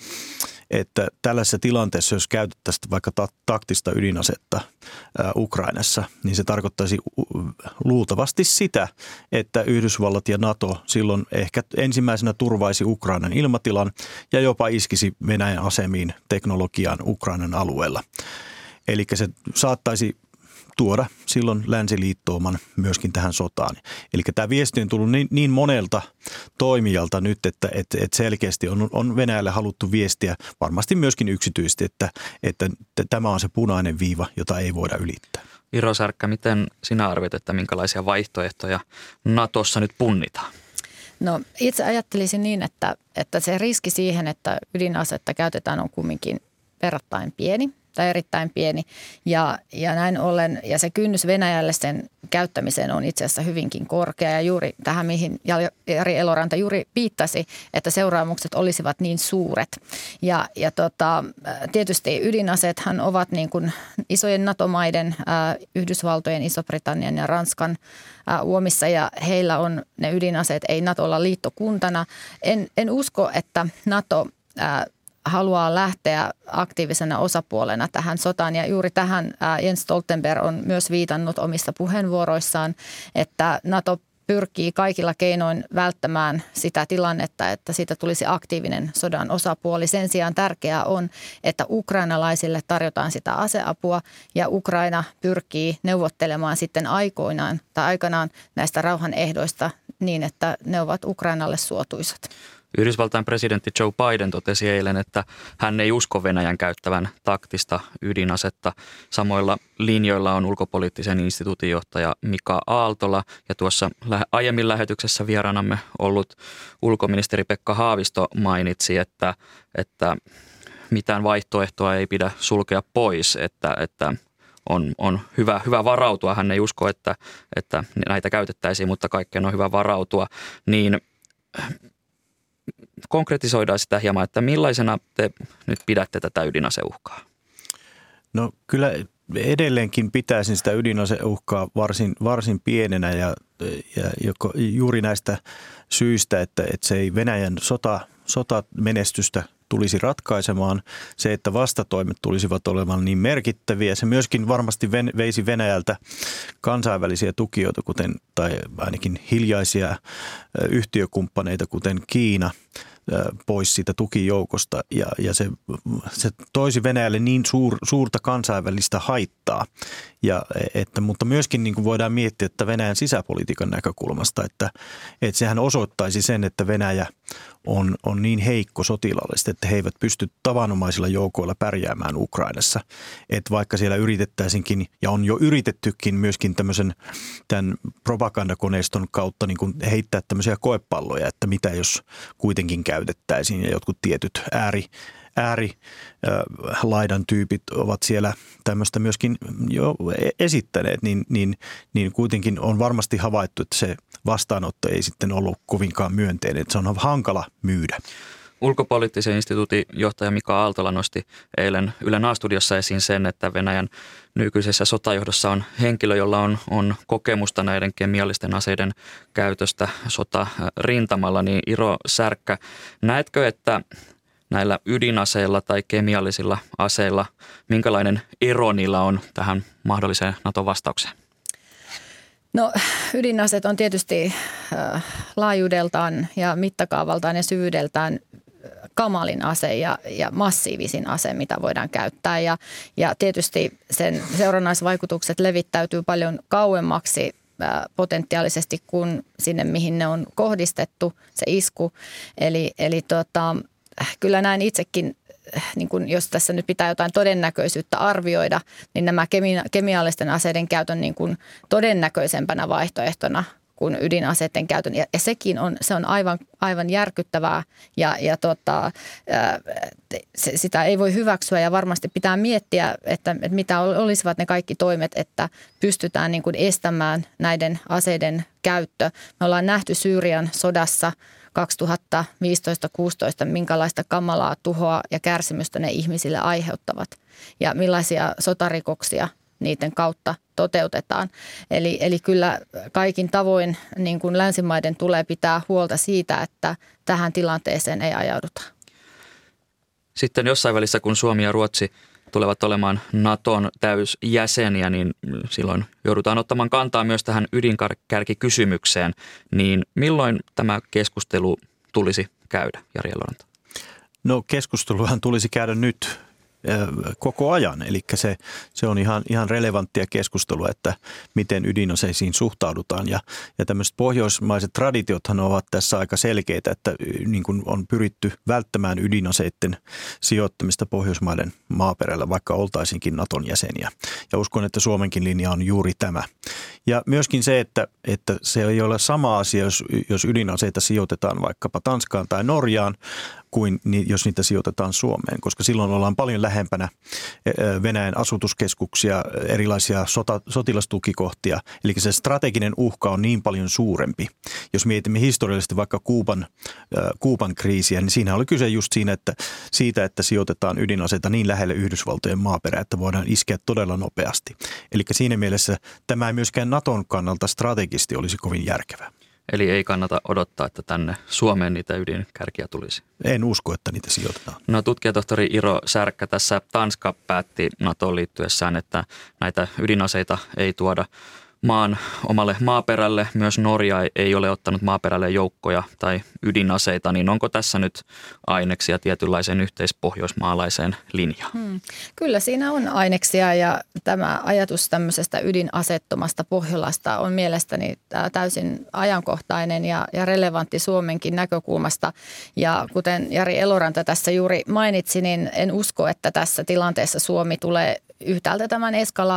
että tällaisessa tilanteessa, jos käytettäisiin vaikka taktista ydinasetta Ukrainassa, niin se tarkoittaisi luultavasti sitä, että Yhdysvallat ja NATO silloin ehkä ensimmäisenä turvaisi Ukrainan ilmatilan ja jopa iskisi Venäjän asemiin teknologiaan Ukrainan alueella. Eli se saattaisi tuoda silloin länsiliittouman myöskin tähän sotaan. Eli tämä viesti on tullut niin monelta toimijalta nyt, että selkeästi on Venäjälle haluttu viestiä varmasti myöskin yksityisesti, että tämä on se punainen viiva, jota ei voida ylittää. Iro Särkkä, miten sinä arvioit, että minkälaisia vaihtoehtoja NATOssa nyt punnitaan? No itse ajattelisin niin, että se riski siihen, että ydinasetta käytetään on kumminkin verrattain pieni tai erittäin pieni ja näin ollen ja se kynnys Venäjälle sen käyttämiseen on itse asiassa hyvinkin korkea ja juuri tähän mihin Jari Eloranta juuri viittasi, että seuraamukset olisivat niin suuret ja tietysti ydinaseethan ovat niin kuin isojen NATO-maiden, Yhdysvaltojen, Iso-Britannian ja Ranskan uomissa ja heillä on ne ydinaseet, ei NATOlla liittokuntana. En usko, että NATO haluaa lähteä aktiivisena osapuolena tähän sotaan ja juuri tähän Jens Stoltenberg on myös viitannut omissa puheenvuoroissaan, että NATO pyrkii kaikilla keinoin välttämään sitä tilannetta, että siitä tulisi aktiivinen sodan osapuoli. Sen sijaan tärkeää on, että ukrainalaisille tarjotaan sitä aseapua ja Ukraina pyrkii neuvottelemaan sitten aikanaan näistä rauhan ehdoista niin, että ne ovat Ukrainalle suotuisat. Yhdysvaltain presidentti Joe Biden totesi eilen, että hän ei usko Venäjän käyttävän taktista ydinasetta. Samoilla linjoilla on ulkopoliittisen instituutin johtaja Mika Aaltola ja tuossa aiemmin lähetyksessä vieraanamme ollut ulkoministeri Pekka Haavisto mainitsi, että mitään vaihtoehtoa ei pidä sulkea pois, että on hyvä varautua. Hän ei usko, että näitä käytettäisiin, mutta kaikkeen on hyvä varautua. Niin konkretisoidaan sitä hieman, että millaisena te nyt pidätte tätä ydinaseuhkaa? No kyllä edelleenkin pitäisin sitä ydinaseuhkaa varsin pienenä ja juuri näistä syistä, että se ei Venäjän sotamenestystä tulisi ratkaisemaan. Se, että vastatoimet tulisivat olemaan niin merkittäviä. Se myöskin varmasti veisi Venäjältä kansainvälisiä tukijoita, tai ainakin hiljaisia yhtiökumppaneita, kuten Kiina, pois siitä tukijoukosta. Ja se toisi Venäjälle niin suurta kansainvälistä haittaa. Mutta myöskin niin kuin voidaan miettiä, että Venäjän sisäpolitiikan näkökulmasta, että sehän osoittaisi sen, että Venäjä on niin heikko sotilaallisesti, että he eivät pysty tavanomaisilla joukoilla pärjäämään Ukrainassa. Että vaikka siellä yritettäisinkin, ja on jo yritettykin myöskin tämän propagandakoneiston kautta niin kuin heittää tämmöisiä koepalloja, että mitä jos kuitenkin käytettäisiin ja jotkut tietyt äärilaidan tyypit ovat siellä tämmöistä myöskin jo esittäneet, niin kuitenkin on varmasti havaittu, että se vastaanotto ei sitten ollut kovinkaan myönteinen, että se on hankala myydä. Ulkopoliittisen instituutin johtaja Mika Aaltola nosti eilen Ylen A-studiossa esiin sen, että Venäjän nykyisessä sotajohdossa on henkilö, jolla on kokemusta näiden kemiallisten aseiden käytöstä sotarintamalla. Niin Iro Särkkä, näetkö, että näillä ydinaseilla tai kemiallisilla aseilla, minkälainen ero niillä on tähän mahdolliseen NATO-vastaukseen? No ydinaseet on tietysti laajuudeltaan ja mittakaavaltaan ja syvyydeltään kamalin ase ja massiivisin ase, mitä voidaan käyttää. Ja tietysti sen seurannaisvaikutukset levittäytyy paljon kauemmaksi potentiaalisesti kuin sinne, mihin ne on kohdistettu, se isku. Eli kyllä näin itsekin, niin kun jos tässä nyt pitää jotain todennäköisyyttä arvioida, niin nämä kemiallisten aseiden käytön niin kun todennäköisempänä vaihtoehtona kuin ydinaseiden käytön. Ja sekin se on aivan järkyttävää ja sitä ei voi hyväksyä ja varmasti pitää miettiä, että mitä olisivat ne kaikki toimet, että pystytään niin kun estämään näiden aseiden käyttö. Me ollaan nähty Syyrian sodassa 2015-16, minkälaista kamalaa tuhoa ja kärsimystä ne ihmisille aiheuttavat ja millaisia sotarikoksia niiden kautta toteutetaan. Eli kyllä kaikin tavoin niin kuin länsimaiden tulee pitää huolta siitä, että tähän tilanteeseen ei ajauduta. Sitten jossain välissä, kun Suomi ja Ruotsi tulevat olemaan Naton täysjäseniä, niin silloin joudutaan ottamaan kantaa myös tähän ydinkärkikysymykseen. Niin milloin tämä keskustelu tulisi käydä, Jari Eloranta? No keskusteluhan tulisi käydä nyt koko ajan, eli se on ihan relevanttia keskustelua, että miten ydinaseisiin suhtaudutaan ja tämmöiset pohjoismaiset traditiothan ovat tässä aika selkeitä, että niin kuin on pyritty välttämään ydinaseiden sijoittamista Pohjoismaiden maaperällä, vaikka oltaisinkin Naton jäseniä ja uskon, että Suomenkin linja on juuri tämä. Ja myöskin se, että se ei ole sama asia, jos ydinaseita sijoitetaan vaikkapa Tanskaan tai Norjaan, kuin jos niitä sijoitetaan Suomeen, koska silloin ollaan paljon lähempänä Venäjän asutuskeskuksia, erilaisia sotilastukikohtia. Eli se strateginen uhka on niin paljon suurempi. Jos mietimme historiallisesti vaikka Kuuban kriisiä, niin siinä oli kyse just siitä, että sijoitetaan ydinaseita niin lähelle Yhdysvaltojen maaperää, että voidaan iskeä todella nopeasti. Eli siinä mielessä tämä ei myöskään Naton kannalta strategisesti olisi kovin järkevää. Eli ei kannata odottaa, että tänne Suomeen niitä ydinkärkiä tulisi. En usko, että niitä sijoitetaan. No tutkijatohtori Iro Särkkä, tässä Tanska päätti NATOon liittyessään, että näitä ydinaseita ei tuoda maan omalle maaperälle. Myös Norja ei ole ottanut maaperälle joukkoja tai ydinaseita, niin onko tässä nyt aineksia tietynlaiseen yhteispohjoismaalaiseen linjaan? Kyllä siinä on aineksia ja tämä ajatus tämmöisestä ydinasettomasta Pohjolasta on mielestäni täysin ajankohtainen ja relevantti Suomenkin näkökulmasta. Ja kuten Jari Eloranta tässä juuri mainitsi, niin en usko, että tässä tilanteessa Suomi tulee yhtäältä tämän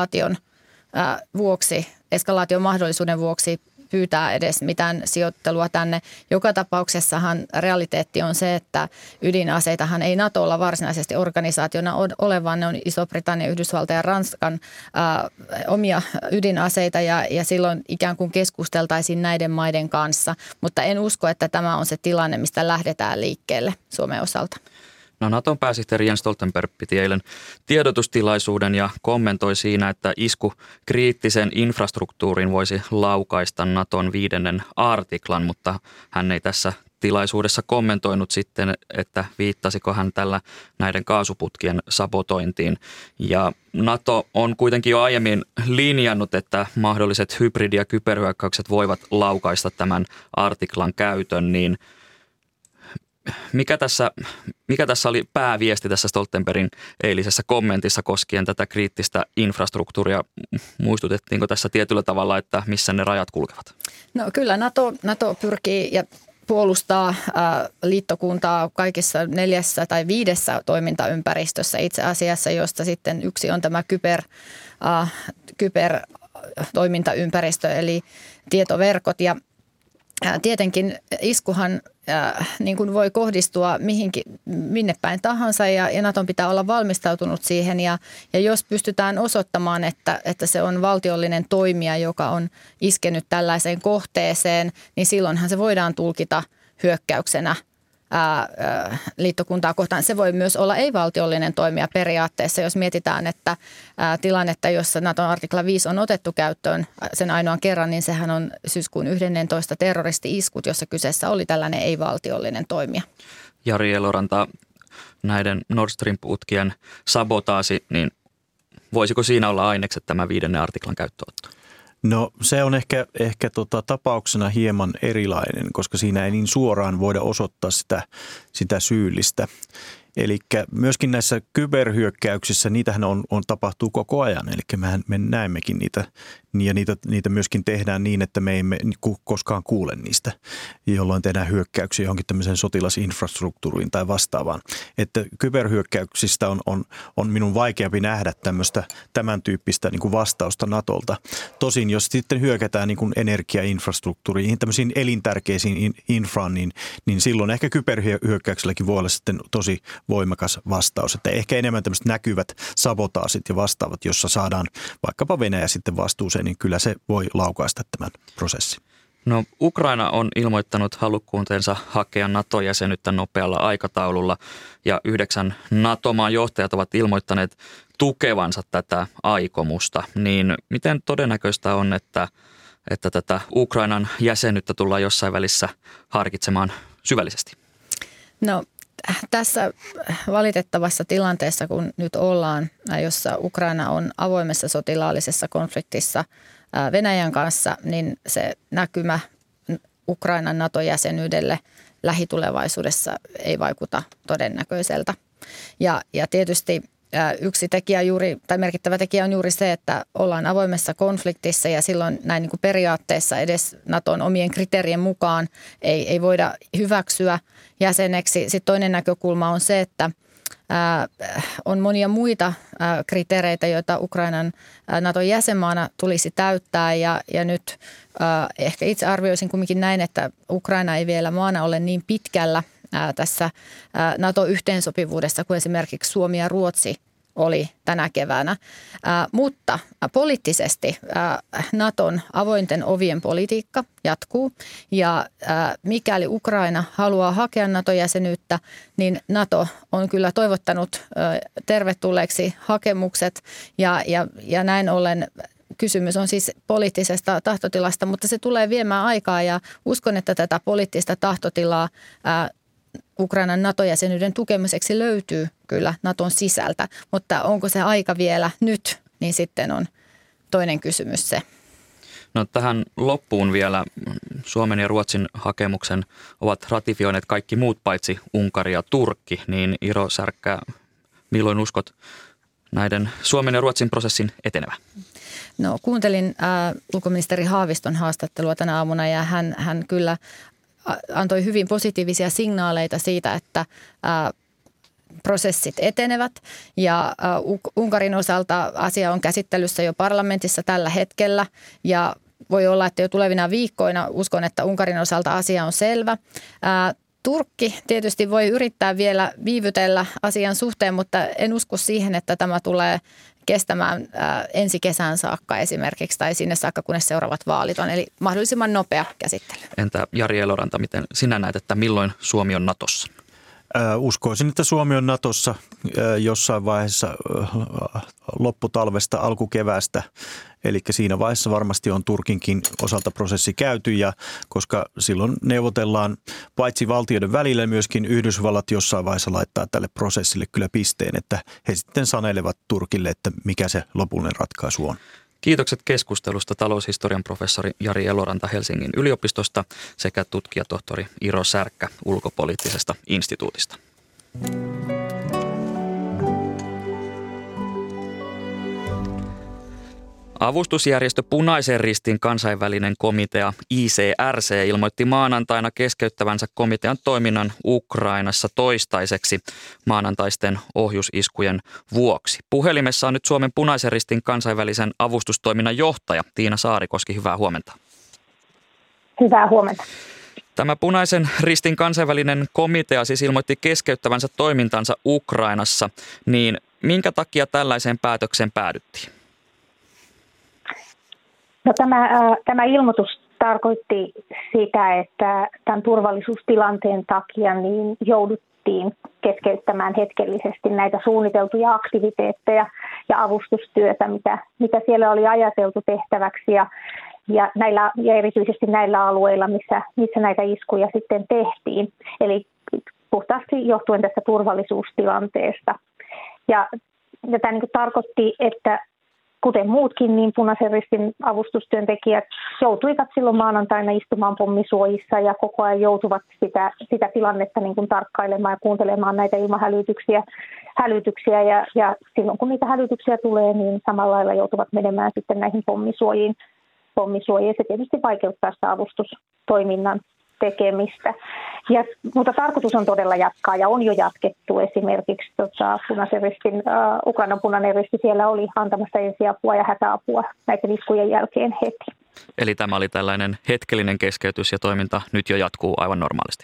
eskalaation mahdollisuuden vuoksi pyytää edes mitään sijoittelua tänne. Joka tapauksessahan realiteetti on se, että ydinaseitahan ei NATOlla varsinaisesti organisaationa ole, vaan ne on Iso-Britannia, Yhdysvaltain ja Ranskan omia ydinaseita ja silloin ikään kuin keskusteltaisiin näiden maiden kanssa. Mutta en usko, että tämä on se tilanne, mistä lähdetään liikkeelle Suomen osalta. No Naton pääsihteeri Jens Stoltenberg piti eilen tiedotustilaisuuden ja kommentoi siinä, että isku kriittisen infrastruktuurin voisi laukaista Naton 5. artiklan, mutta hän ei tässä tilaisuudessa kommentoinut sitten, että viittasiko hän tällä näiden kaasuputkien sabotointiin. Ja NATO on kuitenkin jo aiemmin linjannut, että mahdolliset hybridi- ja kyberhyökkäykset voivat laukaista tämän artiklan käytön, niin mikä tässä oli pääviesti tässä Stoltenbergin eilisessä kommentissa koskien tätä kriittistä infrastruktuuria? Muistutettiinko tässä tietyllä tavalla, että missä ne rajat kulkevat? No kyllä NATO pyrkii ja puolustaa liittokuntaa kaikissa 4 tai 5 toimintaympäristössä itse asiassa, josta sitten yksi on tämä kybertoimintaympäristö eli tietoverkot. Ja tietenkin iskuhan niin kuin voi kohdistua minne päin tahansa ja Naton pitää olla valmistautunut siihen. Ja jos pystytään osoittamaan, että se on valtiollinen toimija, joka on iskenyt tällaiseen kohteeseen, niin silloinhan se voidaan tulkita hyökkäyksenä liittokuntaa kohtaan. Se voi myös olla ei-valtiollinen toimija periaatteessa, jos mietitään, että tilannetta, jossa Naton artikla 5 on otettu käyttöön sen ainoan kerran, niin sehän on syyskuun 11 terroristi-iskut, jossa kyseessä oli tällainen ei-valtiollinen toimija. Jari Eloranta, näiden Nord Stream-putkien sabotaasi, niin voisiko siinä olla ainekset tämä 5. artiklan käyttöönotto? No se on ehkä tapauksena hieman erilainen, koska siinä ei niin suoraan voida osoittaa sitä syyllistä. Eli myöskin näissä kyberhyökkäyksissä, niitähän tapahtuu koko ajan, eli me näemmekin niitä ja niitä myöskin tehdään niin, että me emme koskaan kuule niistä, jolloin tehdään hyökkäyksiä johonkin tämmöiseen sotilasinfrastruktuuriin tai vastaavaan. Että kyberhyökkäyksistä on minun vaikeampi nähdä tämän tyyppistä niin kuin vastausta Natolta. Tosin jos sitten hyökätään niin kuin energiainfrastruktuuriin, tämmöisiin elintärkeisiin infraan, niin silloin ehkä kyberhyökkäykselläkin voi olla sitten tosi voimakas vastaus. Että ehkä enemmän tämmöiset näkyvät sabotaasit ja vastaavat, jossa saadaan vaikkapa Venäjä sitten vastuuseen, niin kyllä se voi laukaista tämän prosessin. No Ukraina on ilmoittanut halukkuutensa hakea NATO-jäsenyyttä nopealla aikataululla ja 9 NATO-maan johtajat ovat ilmoittaneet tukevansa tätä aikomusta. Niin miten todennäköistä on, että tätä Ukrainan jäsenyyttä tullaan jossain välissä harkitsemaan syvällisesti? No tässä valitettavassa tilanteessa, kun nyt ollaan, jossa Ukraina on avoimessa sotilaallisessa konfliktissa Venäjän kanssa, niin se näkymä Ukrainan NATO-jäsenyydelle lähitulevaisuudessa ei vaikuta todennäköiseltä. Ja tietysti yksi tekijä merkittävä tekijä on juuri se, että ollaan avoimessa konfliktissa ja silloin näin niin kuin periaatteessa edes Naton omien kriteerien mukaan ei voida hyväksyä jäseneksi. Sitten toinen näkökulma on se, että on monia muita kriteereitä, joita Ukrainan Naton jäsenmaana tulisi täyttää ja nyt ehkä itse arvioisin kumminkin näin, että Ukraina ei vielä maana ole niin pitkällä tässä NATO-yhteensopivuudessa kuin esimerkiksi Suomi ja Ruotsi oli tänä keväänä. Mutta poliittisesti Naton avointen ovien politiikka jatkuu ja mikäli Ukraina haluaa hakea NATO-jäsenyyttä, niin NATO on kyllä toivottanut tervetulleeksi hakemukset ja näin ollen kysymys on siis poliittisesta tahtotilasta, mutta se tulee viemään aikaa ja uskon, että tätä poliittista tahtotilaa Ukrainan NATO-jäsenyyden tukemiseksi löytyy kyllä Naton sisältä, mutta onko se aika vielä nyt, niin sitten on toinen kysymys se. No tähän loppuun vielä Suomen ja Ruotsin hakemuksen ovat ratifioineet kaikki muut paitsi Unkari ja Turkki, niin Iro Särkkä, milloin uskot näiden Suomen ja Ruotsin prosessin etenevän? No kuuntelin ulkoministeri Haaviston haastattelua tänä aamuna ja hän kyllä antoi hyvin positiivisia signaaleita siitä, että prosessit etenevät ja Unkarin osalta asia on käsittelyssä jo parlamentissa tällä hetkellä ja voi olla, että jo tulevina viikkoina uskon, että Unkarin osalta asia on selvä. Turkki tietysti voi yrittää vielä viivytellä asian suhteen, mutta en usko siihen, että tämä tulee kestämään ensi kesään saakka esimerkiksi tai sinne saakka, kunnes seuraavat vaalit on. Eli mahdollisimman nopea käsittely. Entä Jari Eloranta, miten sinä näet, että milloin Suomi on Natossa? Uskoisin, että Suomi on Natossa jossain vaiheessa lopputalvesta, alkukeväästä. Eli siinä vaiheessa varmasti on Turkinkin osalta prosessi käyty ja koska silloin neuvotellaan paitsi valtioiden välillä myöskin Yhdysvallat jossain vaiheessa laittaa tälle prosessille kyllä pisteen, että he sitten sanelevat Turkille, että mikä se lopullinen ratkaisu on. Kiitokset keskustelusta taloushistorian professori Jari Eloranta Helsingin yliopistosta sekä tutkijatohtori Iro Särkkä ulkopoliittisesta instituutista. Avustusjärjestö Punaisen Ristin kansainvälinen komitea ICRC ilmoitti maanantaina keskeyttävänsä komitean toiminnan Ukrainassa toistaiseksi maanantaisten ohjusiskujen vuoksi. Puhelimessa on nyt Suomen Punaisen Ristin kansainvälisen avustustoiminnan johtaja Tiina Saarikoski. Hyvää huomenta. Hyvää huomenta. Tämä Punaisen Ristin kansainvälinen komitea siis ilmoitti keskeyttävänsä toimintansa Ukrainassa, niin minkä takia tällaiseen päätökseen päädyttiin? No, tämä ilmoitus tarkoitti sitä, että tämän turvallisuustilanteen takia niin jouduttiin keskeyttämään hetkellisesti näitä suunniteltuja aktiviteetteja ja avustustyötä, mitä siellä oli ajateltu tehtäväksi ja erityisesti näillä alueilla, missä näitä iskuja sitten tehtiin. Eli puhtaasti johtuen tästä turvallisuustilanteesta. Ja tämä niin kuin tarkoitti, että kuten muutkin, niin Punaisen Ristin avustustyöntekijät joutuivat silloin maanantaina istumaan pommisuojissa ja koko ajan joutuvat sitä tilannetta niin kuin tarkkailemaan ja kuuntelemaan näitä ilmahälytyksiä ja silloin kun niitä hälytyksiä tulee, niin samalla lailla joutuvat menemään sitten näihin pommisuojiin. Se tietysti vaikeuttaa sitä avustustoiminnan tekemistä. Mutta tarkoitus on todella jatkaa ja on jo jatkettu. Esimerkiksi Punaisen Ristin, Ukrainan Punainen Risti siellä oli antamassa ensiapua ja hätäapua näiden iskujen jälkeen heti. Eli tämä oli tällainen hetkellinen keskeytys ja toiminta nyt jo jatkuu aivan normaalisti.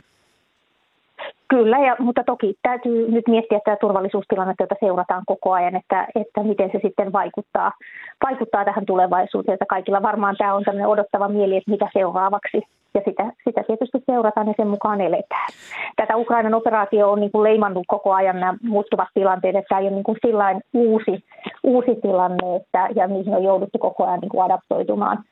Kyllä, mutta toki täytyy nyt miettiä tämä turvallisuustilannetta, jota seurataan koko ajan, että miten se sitten vaikuttaa tähän tulevaisuuteen. Että kaikilla varmaan tämä on tämmöinen odottava mieli, että mitä seuraavaksi. Ja sitä tietysti seurataan ja sen mukaan eletään. Tätä Ukrainan operaatio on niin kuin leimannut koko ajan nämä muuttuvat tilanteet, että tämä ei ole niin kuin sillain uusi tilanne, ja niihin on jouduttu koko ajan niin kuin adaptoitumaan.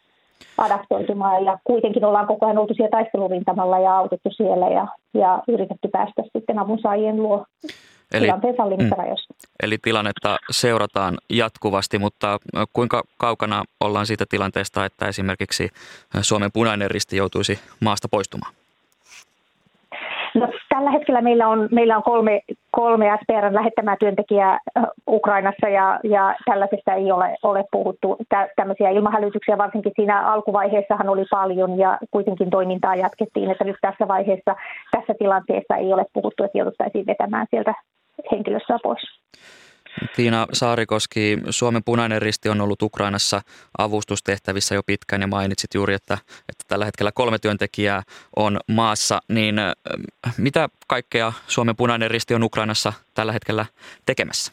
Ja kuitenkin ollaan koko ajan oltu siellä taistelurintamalla ja autettu siellä ja yritetty päästä sitten avunsaajien luo tilanteen sallimista rajoista. Eli tilannetta seurataan jatkuvasti, mutta kuinka kaukana ollaan siitä tilanteesta, että esimerkiksi Suomen Punainen Risti joutuisi maasta poistumaan? No, tällä hetkellä meillä on kolme SPR:n lähettämää työntekijää Ukrainassa ja tällaisesta ei ole puhuttu. Tämmöisiä ilmahälytyksiä varsinkin siinä alkuvaiheessahan oli paljon ja kuitenkin toimintaa jatkettiin, että nyt tässä vaiheessa, tässä tilanteessa ei ole puhuttu, että jouduttaisiin vetämään sieltä henkilöstöä pois. Tiina Saarikoski, Suomen Punainen Risti on ollut Ukrainassa avustustehtävissä jo pitkään ja mainitsit juuri, että tällä hetkellä 3 työntekijää on maassa. Niin mitä kaikkea Suomen Punainen Risti on Ukrainassa tällä hetkellä tekemässä?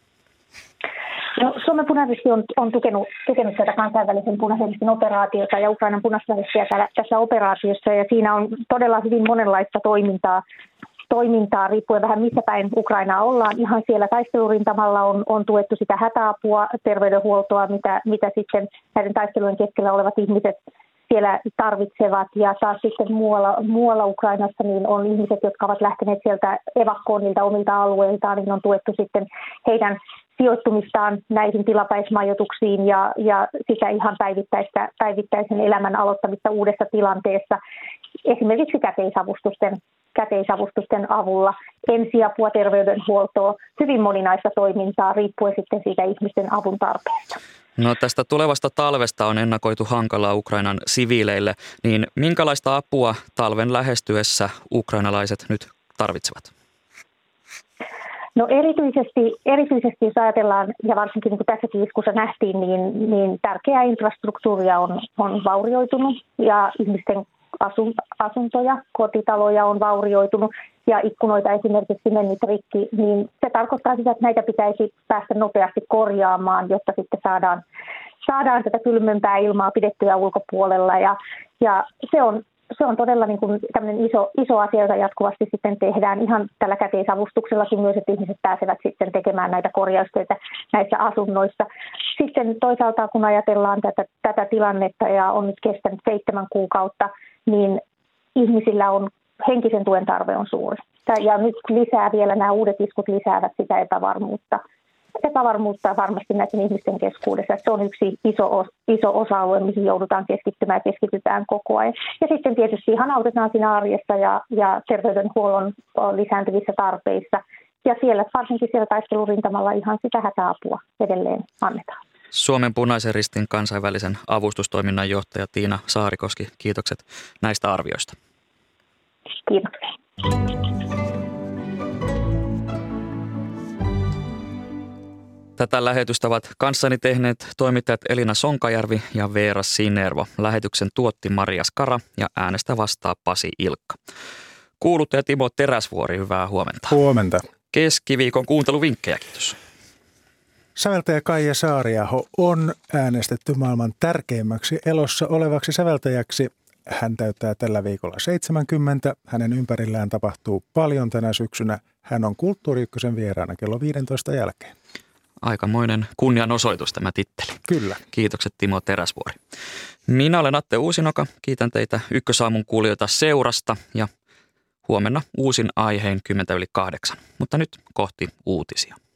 No, Suomen Punainen Risti on tukenut tätä kansainvälisen Punaisen Ristin operaatiota ja Ukrainan Punaista Ristiä tässä operaatiossa ja siinä on todella hyvin monenlaista toimintaa riippuen vähän missä päin Ukrainaa ollaan. Ihan siellä taistelurintamalla on tuettu sitä hätäapua, terveydenhuoltoa, mitä sitten näiden taistelujen keskellä olevat ihmiset siellä tarvitsevat. Ja taas sitten muualla Ukrainassa niin on ihmiset, jotka ovat lähteneet sieltä evakkoon niiltä omilta alueiltaan, niin on tuettu sitten heidän sijoittumistaan näihin tilapäismajoituksiin ja sitä ihan päivittäisen elämän aloittamista uudessa tilanteessa. Esimerkiksi käteisavustusten avulla, ensiapua, terveydenhuoltoa, hyvin moninaista toimintaa riippuen sitten siitä ihmisten avun tarpeesta. No, tästä tulevasta talvesta on ennakoitu hankalaa Ukrainan siviileille, niin minkälaista apua talven lähestyessä ukrainalaiset nyt tarvitsevat? No erityisesti jos ajatellaan, ja varsinkin niin kuin tässäkin iskussa nähtiin, niin tärkeää infrastruktuuria on vaurioitunut ja ihmisten asuntoja, kotitaloja on vaurioitunut ja ikkunoita esimerkiksi mennyt rikki, niin se tarkoittaa sitä, että näitä pitäisi päästä nopeasti korjaamaan, jotta sitten saadaan tätä kylmempää ilmaa pidettyä ulkopuolella ja se on todella niin kuin tämmöinen iso asia, jota jatkuvasti sitten tehdään ihan tällä käteisavustuksellakin myös, että ihmiset pääsevät sitten tekemään näitä korjaustöitä näissä asunnoissa. Sitten toisaalta kun ajatellaan tätä tilannetta ja on nyt kestänyt 7 kuukautta, niin ihmisillä on henkisen tuen tarve on suuri. Ja nyt lisää vielä nämä uudet iskut lisäävät sitä epävarmuutta varmasti näiden ihmisten keskuudessa. Se on yksi iso osa-alue, mihin joudutaan keskittymään ja keskitytään koko ajan. Ja sitten tietysti ihan autetaan siinä arjessa ja terveydenhuollon lisääntyvissä tarpeissa. Ja varsinkin siellä taistelurintamalla ihan sitä hätäapua edelleen annetaan. Suomen Punaisen Ristin kansainvälisen avustustoiminnan johtaja Tiina Saarikoski, kiitokset näistä arvioista. Kiitos. Tätä lähetystä ovat kanssani tehneet toimittajat Elina Sonkajärvi ja Veera Sinervo. Lähetyksen tuotti Maria Skara ja äänestä vastaa Pasi Ilkka. Kuuluttaja Timo Teräsvuori, hyvää huomenta. Huomenta. Keskiviikon kuunteluvinkkejä, kiitos. Säveltäjä Kaija Saariaho on äänestetty maailman tärkeimmäksi elossa olevaksi säveltäjäksi. Hän täyttää tällä viikolla 70. Hänen ympärillään tapahtuu paljon tänä syksynä. Hän on Kulttuuri Ykkösen vieraana kello 15 jälkeen. Aikamoinen kunnianosoitus tämä titteli. Kyllä. Kiitokset Timo Teräsvuori. Minä olen Atte Uusinoka. Kiitän teitä Ykkösaamun kuulijoita seurasta ja huomenna uusin aiheen 7:10. Mutta nyt kohti uutisia.